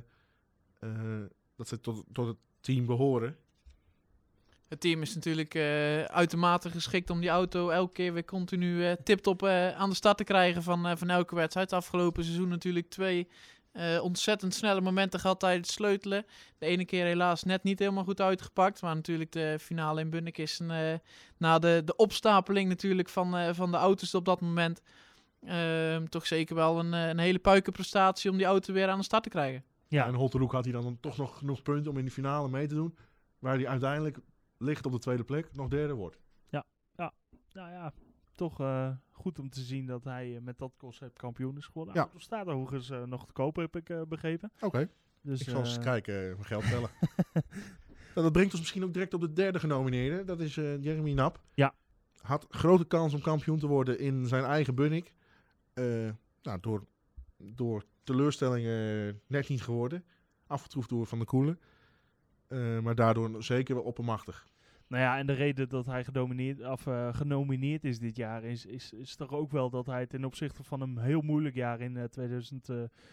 dat ze tot, tot het team behoren. Het team is natuurlijk uh, uitermate geschikt om die auto elke keer weer continu uh, tip-top uh, aan de start te krijgen van, uh, van elke wedstrijd. Het afgelopen seizoen natuurlijk twee uh, ontzettend snelle momenten gehad tijdens het sleutelen. De ene keer helaas net niet helemaal goed uitgepakt. Maar natuurlijk de finale in Bunnik is een, uh, na de, de opstapeling natuurlijk van, uh, van de auto's op dat moment uh, toch zeker wel een, een hele puikenprestatie om die auto weer aan de start te krijgen. Ja, en Holterhoek had hij dan toch nog genoeg punten om in de finale mee te doen. Waar hij uiteindelijk ligt op de tweede plek, nog derde wordt. Ja, ja. Nou ja, toch uh, goed om te zien dat hij uh, met dat concept kampioen is geworden. De ja. auto staat overigens uh, nog te kopen, heb ik uh, begrepen. Oké, okay. dus, ik zal eens uh, kijken, uh, mijn geld tellen. nou, dat brengt ons misschien ook direct op de derde genomineerde. Dat is uh, Jeremy Nap. Ja. Had grote kans om kampioen te worden in zijn eigen Bunnik. Uh, nou, door, door teleurstellingen uh, net niet geworden. Afgetroefd door Van der Koelen. Uh, maar daardoor zeker wel oppermachtig. Nou ja, en de reden dat hij genomineerd, of, uh, genomineerd is dit jaar is, is, is toch ook wel dat hij ten opzichte van een heel moeilijk jaar in uh, twintig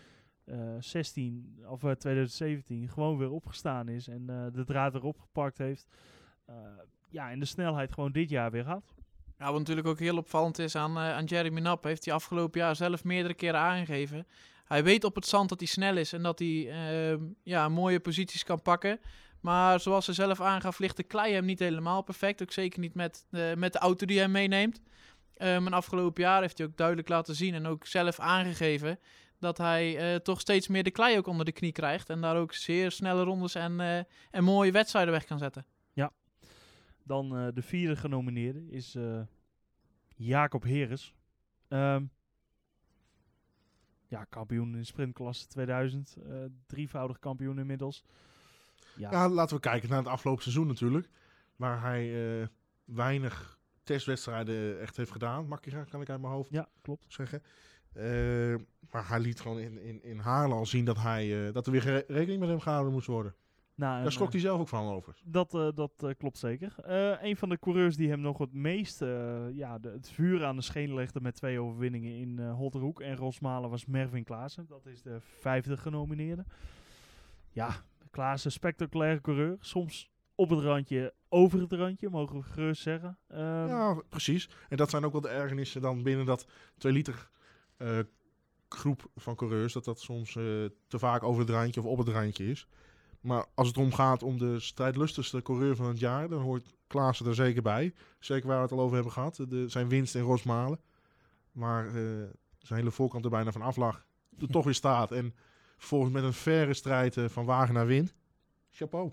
zestien of uh, twintig zeventien gewoon weer opgestaan is en uh, de draad erop gepakt heeft. Uh, ja, en de snelheid gewoon dit jaar weer had. Ja, wat natuurlijk ook heel opvallend is aan, uh, aan Jeremy Nap, heeft hij afgelopen jaar zelf meerdere keren aangegeven. Hij weet op het zand dat hij snel is en dat hij uh, ja, mooie posities kan pakken. Maar zoals ze zelf aangaf, ligt de klei hem niet helemaal perfect. Ook zeker niet met, uh, met de auto die hij meeneemt. Um, en afgelopen jaar heeft hij ook duidelijk laten zien en ook zelf aangegeven dat hij uh, toch steeds meer de klei ook onder de knie krijgt. En daar ook zeer snelle rondes en, uh, en mooie wedstrijden weg kan zetten. Ja. Dan uh, de vierde genomineerde is uh, Jacob Heres. Um, ja, kampioen in de sprintklasse tweeduizend. Uh, drievoudig kampioen inmiddels. Ja. ja, laten we kijken naar het afgelopen seizoen natuurlijk. Waar hij uh, weinig testwedstrijden echt heeft gedaan. Makkiga kan ik uit mijn hoofd ja, klopt. zeggen. Uh, maar hij liet gewoon in, in, in Haarlem al zien dat, hij, uh, dat er weer gere- rekening met hem gehouden moest worden. Nou, Daar schrok uh, hij zelf ook van over. Dat, uh, dat uh, klopt zeker. Uh, een van de coureurs die hem nog het meest uh, ja, de, het vuur aan de schenen legde met twee overwinningen in uh, Holterhoek en Rosmalen was Mervin Klaassen. Dat is de vijfde genomineerde. Ja, Klaassen, spectaculaire coureur. Soms op het randje, over het randje, mogen we gerust zeggen. Um, Ja, precies. En dat zijn ook wel de ergernissen dan binnen dat twee liter uh, groep van coureurs. Dat dat soms uh, te vaak over het randje of op het randje is. Maar als het erom gaat om de strijdlustigste coureur van het jaar, dan hoort Klaassen er zeker bij. Zeker waar we het al over hebben gehad. De, zijn winst in Rosmalen. Waar uh, zijn hele voorkant er bijna van af lag. Er toch weer staat. En volgens met een faire strijd uh, van wagen naar wind. Chapeau.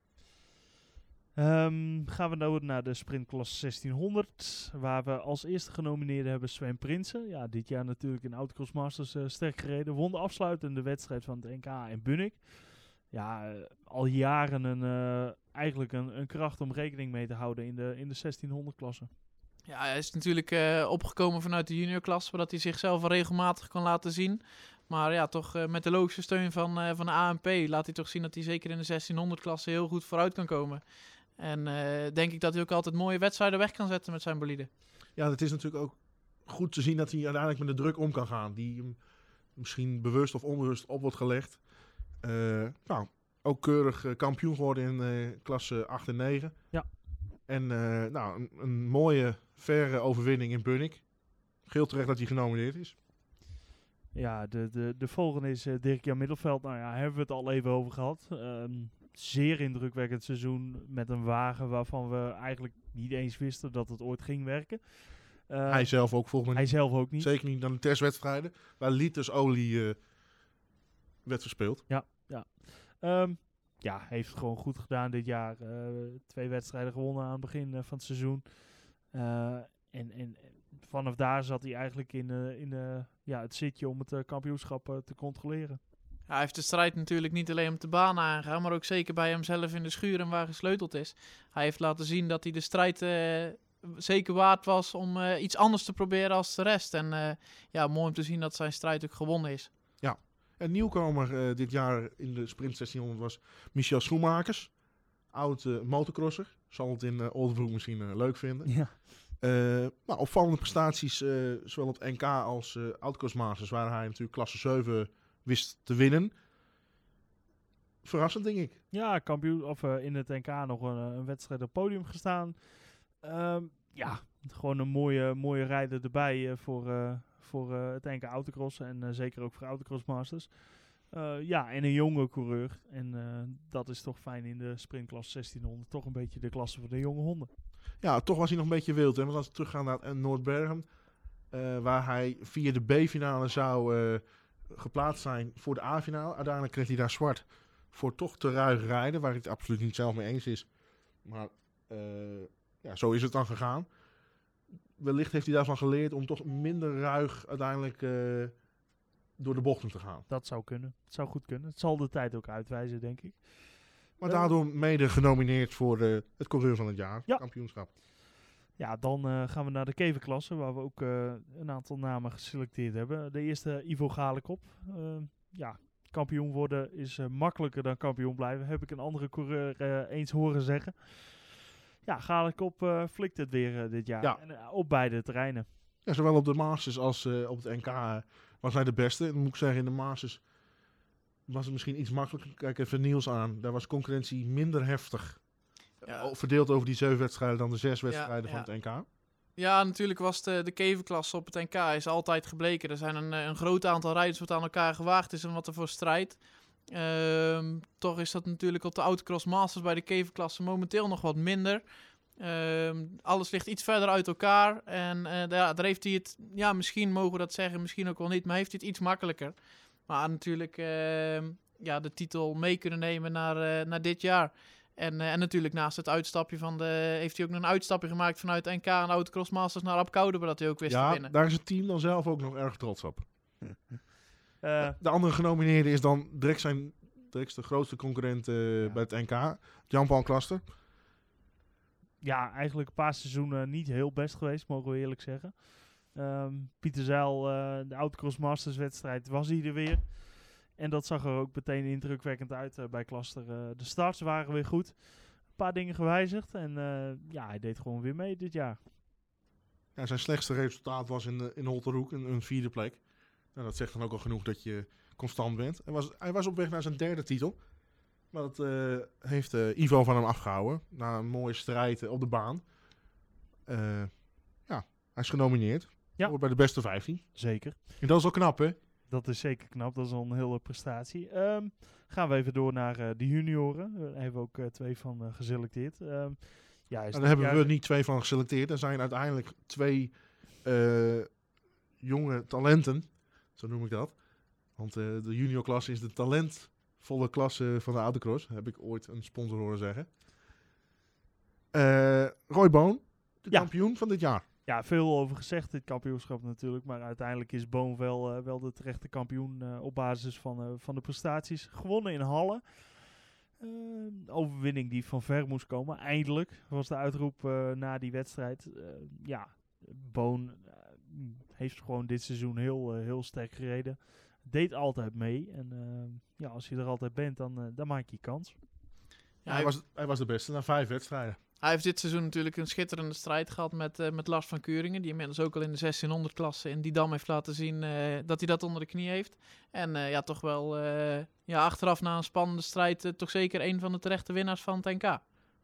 Um, gaan we nou naar de sprintklasse zestienhonderd, waar we als eerste genomineerde hebben Sven Prinsen. Ja, dit jaar natuurlijk in Autocross Masters uh, sterk gereden. Won de afsluitende wedstrijd van het N K in Bunnik. Ja, uh, al jaren een, uh, eigenlijk een, een kracht om rekening mee te houden in de, in de zestienhonderd klasse. Ja, hij is natuurlijk uh, opgekomen vanuit de juniorklasse, zodat hij zichzelf wel regelmatig kan laten zien. Maar ja, toch uh, met de logische steun van, uh, van de A N P laat hij toch zien dat hij zeker in de zestienhonderd klasse heel goed vooruit kan komen. En uh, denk ik dat hij ook altijd mooie wedstrijden weg kan zetten met zijn bolide. Ja, het is natuurlijk ook goed te zien dat hij uiteindelijk met de druk om kan gaan. Die hem misschien bewust of onbewust op wordt gelegd. Uh, nou, ook keurig uh, kampioen geworden in uh, klasse acht en negen. Ja. En uh, nou, een, een mooie, faire overwinning in Bunnik. Heel terecht dat hij genomineerd is. Ja, de, de, de volgende is uh, Dirk-Jan Middelveld. Nou ja, hebben we het al even over gehad. Um, zeer indrukwekkend seizoen met een wagen waarvan we eigenlijk niet eens wisten dat het ooit ging werken. Uh, hij zelf ook volgens mij Hij zelf ook niet. Zeker niet aan de testwedstrijden, waar liters olie uh, werd verspeeld. Ja, ja. Um, ja, heeft het gewoon goed gedaan dit jaar. Uh, twee wedstrijden gewonnen aan het begin uh, van het seizoen. Uh, en, en vanaf daar zat hij eigenlijk in, uh, in uh, ja, het zitje om het uh, kampioenschap uh, te controleren. Ja, hij heeft de strijd natuurlijk niet alleen op de baan aangegaan, maar ook zeker bij hemzelf in de schuur en waar gesleuteld is. Hij heeft laten zien dat hij de strijd uh, zeker waard was om uh, iets anders te proberen als de rest. En uh, ja, mooi om te zien dat zijn strijd ook gewonnen is. Ja, en nieuwkomer uh, dit jaar in de sprint zestienhonderd was Michel Schoenmakers. Oud uh, motocrosser. Zal het in uh, Oldenbroek misschien uh, leuk vinden. Ja. Uh, nou, opvallende prestaties, uh, zowel op N K als uh, Autocross Masters, waar hij natuurlijk klasse zeven wist te winnen. Verrassend, denk ik. Ja, kampioen, of uh, in het N K nog een, een wedstrijd op het podium gestaan. Um, ja, gewoon een mooie, mooie rijder erbij uh, voor, uh, voor uh, het N K Autocross en uh, zeker ook voor Autocross Masters. Uh, ja, en een jonge coureur. En uh, dat is toch fijn in de sprintklasse zestienhonderd. Toch een beetje de klasse van de jonge honden. Ja, toch was hij nog een beetje wild. Hè? Want als we teruggaan naar Noordbergen, uh, waar hij via de B-finale zou uh, geplaatst zijn voor de A-finale. Uiteindelijk kreeg hij daar zwart voor toch te ruig rijden, waar ik het absoluut niet zelf mee eens is. Maar uh, ja, zo is het dan gegaan. Wellicht heeft hij daarvan geleerd om toch minder ruig uiteindelijk uh, door de bochten te gaan. Dat zou kunnen. Het zou goed kunnen. Het zal de tijd ook uitwijzen, denk ik. Maar daardoor mede genomineerd voor uh, het coureur van het jaar, ja. kampioenschap. Ja, dan uh, gaan we naar de keverklasse, waar we ook uh, een aantal namen geselecteerd hebben. De eerste Ivo Galekop. Uh, ja, kampioen worden is uh, makkelijker dan kampioen blijven. Heb ik een andere coureur uh, eens horen zeggen. Ja, Galekop uh, flikt het weer uh, dit jaar. Ja. En, uh, op beide terreinen. Ja, zowel op de Masters als uh, op het N K uh, was hij de beste. Dan moet ik zeggen, in de Masters was het misschien iets makkelijker. Kijk even Niels aan. Daar was concurrentie minder heftig. Ja. Verdeeld over die zeven wedstrijden dan de zes wedstrijden ja, van ja. het N K. Ja, natuurlijk was de, de keverklasse op het N K is altijd gebleken. Er zijn een, een groot aantal rijders wat aan elkaar gewaagd is en wat er voor strijd. Um, toch is dat natuurlijk op de Autocross Masters bij de keverklasse momenteel nog wat minder. Um, alles ligt iets verder uit elkaar. En uh, daar, daar heeft hij het, ja, misschien mogen we dat zeggen, misschien ook wel niet, maar heeft hij het iets makkelijker. Maar natuurlijk uh, ja, de titel mee kunnen nemen naar, uh, naar dit jaar. En, uh, en natuurlijk naast het uitstapje van de... heeft hij ook nog een uitstapje gemaakt vanuit N K en Autocross Masters naar Apkoude, dat hij ook wist ja, te winnen. Daar is het team dan zelf ook nog erg trots op. Uh, de andere genomineerde is dan direct zijn direct de grootste concurrent uh, ja. bij het N K, Jan-Paul Klaster. Ja, eigenlijk een paar seizoenen niet heel best geweest, mogen we eerlijk zeggen. Um, Pieter Zeil, uh, de Autocross Masters wedstrijd, was hij er weer. En dat zag er ook meteen indrukwekkend uit uh, bij Klaster. Uh, de starts waren weer goed. Een paar dingen gewijzigd. En uh, ja, hij deed gewoon weer mee dit jaar. Ja, zijn slechtste resultaat was in, in Holterhoek, een, een vierde plek. Nou, dat zegt dan ook al genoeg dat je constant bent. Hij was, hij was op weg naar zijn derde titel. Maar dat uh, heeft uh, Ivo van hem afgehouden. Na een mooie strijd uh, op de baan. Uh, ja, hij is genomineerd. Ja. Hoort bij de beste vijftien. Zeker. En dat is wel knap, hè? Dat is zeker knap. Dat is al een hele prestatie. Um, gaan we even door naar uh, de junioren. Daar hebben we ook uh, twee van uh, geselecteerd. Um, ja, is nou, daar hebben jaar... we niet twee van geselecteerd. Er zijn uiteindelijk twee uh, jonge talenten. Zo noem ik dat. Want uh, de juniorklasse is de talentvolle klasse van de autocross. Heb ik ooit een sponsor horen zeggen. Uh, Roy Boon, de ja. kampioen van dit jaar. Ja, veel over gezegd, dit kampioenschap natuurlijk. Maar uiteindelijk is Boon wel, uh, wel de terechte kampioen uh, op basis van, uh, van de prestaties. Gewonnen in Halle. Uh, overwinning die van ver moest komen. Eindelijk was de uitroep uh, na die wedstrijd. Uh, ja, Boon uh, heeft gewoon dit seizoen heel, uh, heel sterk gereden. Deed altijd mee. En uh, ja, als je er altijd bent, dan, uh, dan maak je kans. Ja, hij, was, hij was de beste na vijf wedstrijden. Hij heeft dit seizoen natuurlijk een schitterende strijd gehad met, uh, met Lars van Keuringen. Die inmiddels ook al in de zestienhonderd klasse in Didam heeft laten zien uh, dat hij dat onder de knie heeft. En uh, ja, toch wel uh, ja, achteraf na een spannende strijd uh, toch zeker een van de terechte winnaars van het N K.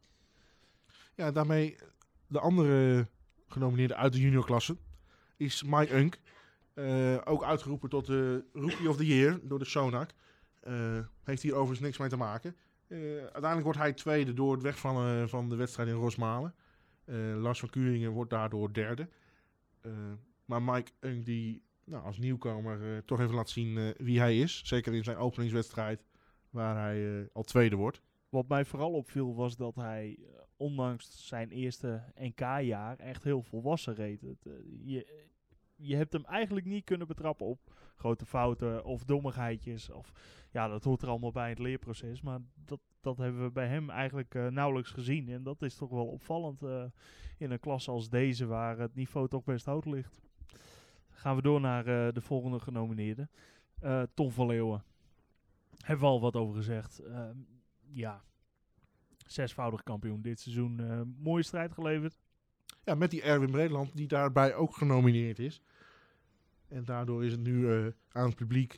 Ja, daarmee de andere genomineerde uit de juniorklasse is Mike Unk. Uh, ook uitgeroepen tot de Rookie of the Year door de Sonac. Uh, heeft hier overigens niks mee te maken. Uh, uiteindelijk wordt hij tweede door het wegvallen van de wedstrijd in Rosmalen. Uh, Lars van Keuringen wordt daardoor derde. Uh, maar Mike Unk die nou, als nieuwkomer uh, toch even laat zien uh, wie hij is. Zeker in zijn openingswedstrijd waar hij uh, al tweede wordt. Wat mij vooral opviel was dat hij, uh, ondanks zijn eerste N K-jaar, echt heel volwassen reed. Het, uh, je, je hebt hem eigenlijk niet kunnen betrappen op grote fouten of dommigheidjes. Of, ja, dat hoort er allemaal bij het leerproces. Maar dat, dat hebben we bij hem eigenlijk uh, nauwelijks gezien. En dat is toch wel opvallend uh, in een klasse als deze, waar het niveau toch best hoog ligt. Gaan we door naar uh, de volgende genomineerde. Uh, Tom van Leeuwen. Hebben we al wat over gezegd. Uh, ja, zesvoudig kampioen dit seizoen. Uh, mooie strijd geleverd. Ja, met die Erwin Bredeland die daarbij ook genomineerd is. En daardoor is het nu uh, aan het publiek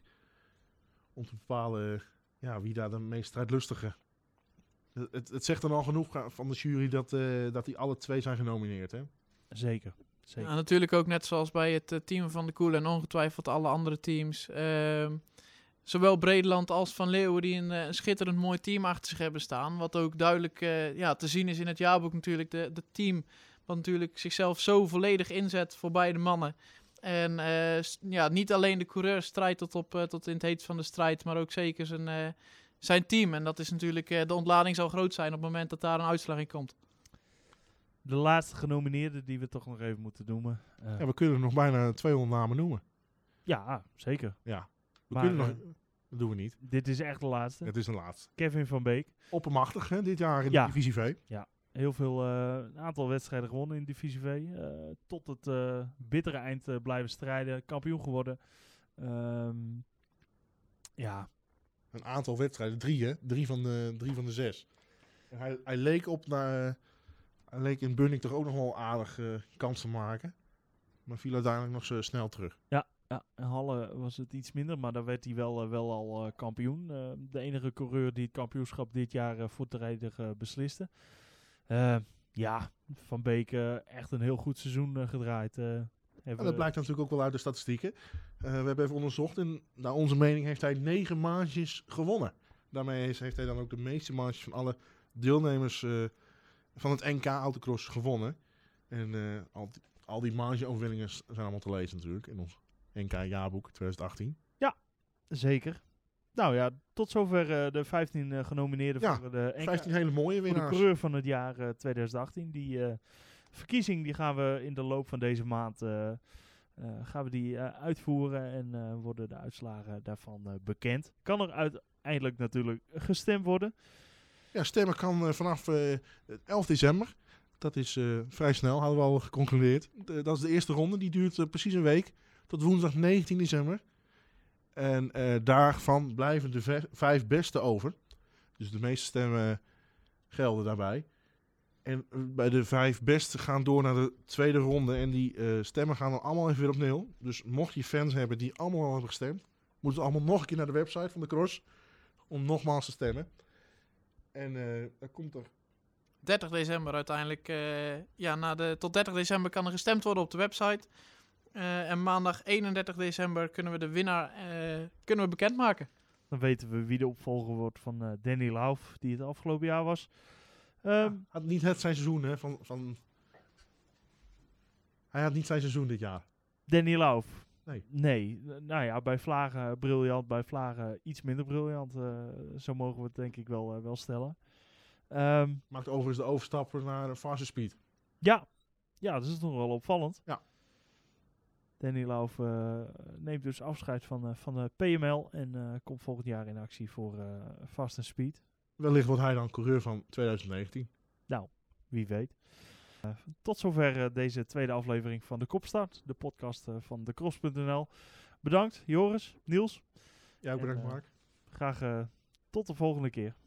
om te bepalen uh, ja, wie daar de meest strijdlustige. Het, het, het zegt dan al genoeg van de jury dat, uh, dat die alle twee zijn genomineerd, hè? Zeker. Zeker. Ja, natuurlijk ook net zoals bij het uh, team van de Koel en ongetwijfeld alle andere teams. Uh, zowel Bredeland als Van Leeuwen die een, uh, een schitterend mooi team achter zich hebben staan. Wat ook duidelijk uh, ja, te zien is in het jaarboek natuurlijk. De, de team wat natuurlijk zichzelf zo volledig inzet voor beide mannen. En uh, ja, niet alleen de coureur strijdt tot, op, uh, tot in het heet van de strijd, maar ook zeker zijn, uh, zijn team. En dat is natuurlijk, uh, de ontlading zal groot zijn op het moment dat daar een uitslag in komt. De laatste genomineerde die we toch nog even moeten noemen. Uh, ja, we kunnen nog bijna tweehonderd namen noemen. Ja, zeker. Ja, we maar, kunnen uh, nog... Dat doen we niet. Dit is echt de laatste. Het is de laatste. Kevin van Beek. Oppermachtig, hè, dit jaar in ja. de Divisie V. Ja. Heel veel, uh, een aantal wedstrijden gewonnen in Divisie V. Uh, tot het uh, bittere eind uh, blijven strijden. Kampioen geworden. Um, ja. Een aantal wedstrijden. Drie, hè? Drie van de, drie van de zes. En hij, hij leek op naar... Uh, hij leek in Bunnik toch ook nog wel aardig uh, kans te maken. Maar viel uiteindelijk nog zo snel terug. Ja, ja, in Halle was het iets minder. Maar daar werd hij wel, uh, wel al uh, kampioen. Uh, de enige coureur die het kampioenschap dit jaar uh, voortijdig uh, besliste. Uh, ja, Van Beek uh, echt een heel goed seizoen uh, gedraaid. Uh, ja, dat blijkt natuurlijk ook wel uit de statistieken. Uh, we hebben even onderzocht en naar onze mening heeft hij negen manches gewonnen. Daarmee is, heeft hij dan ook de meeste manches van alle deelnemers uh, van het N K Autocross gewonnen. En uh, al, die, al die manche-overwinningen zijn allemaal te lezen natuurlijk in ons N K jaarboek twintig achttien. Ja, zeker. Nou ja, tot zover uh, de vijftien uh, genomineerden ja, voor de N K. vijftien hele mooie winnaars. Voor de coureur van het jaar uh, twintig achttien. Die uh, verkiezing die gaan we in de loop van deze maand uh, uh, gaan we die uh, uitvoeren en uh, worden de uitslagen daarvan uh, bekend. Kan er uiteindelijk natuurlijk gestemd worden. Ja, stemmen kan uh, vanaf uh, elf december. Dat is uh, vrij snel, hadden we al geconcludeerd. De, dat is de eerste ronde, die duurt uh, precies een week. Tot woensdag negentien december. En uh, daarvan blijven de v- vijf beste over. Dus de meeste stemmen gelden daarbij. En uh, bij de vijf beste gaan door naar de tweede ronde. En die uh, stemmen gaan dan allemaal even weer op nul. Dus mocht je fans hebben die allemaal al hebben gestemd, moeten ze allemaal nog een keer naar de website van de Cross om nogmaals te stemmen. En uh, dan komt er... dertig december uiteindelijk. Uh, ja, na de, tot dertig december kan er gestemd worden op de website. Uh, en maandag eenendertig december kunnen we de winnaar uh, kunnen we bekendmaken. Dan weten we wie de opvolger wordt van uh, Danny Lauf, die het afgelopen jaar was. Um, ja, had niet het zijn seizoen, hè? Van, van... Hij had niet zijn seizoen dit jaar. Danny Lauf? Nee. Nee. Nou ja, bij Vlagen briljant, bij Vlagen iets minder briljant. Uh, zo mogen we het denk ik wel, uh, wel stellen. Um, Maakt overigens de overstap naar uh, Fastest Speed. Ja. Ja, dat is toch wel opvallend. Ja. Danny Lauf uh, neemt dus afscheid van, uh, van de P M L en uh, komt volgend jaar in actie voor uh, Fast and Speed. Wellicht wordt hij dan coureur van twintig negentien. Nou, wie weet. Uh, tot zover uh, deze tweede aflevering van De Kopstart, de podcast uh, van de cross punt n l. Bedankt Joris, Niels. Ja, ook bedankt en, uh, Mark. Graag uh, tot de volgende keer.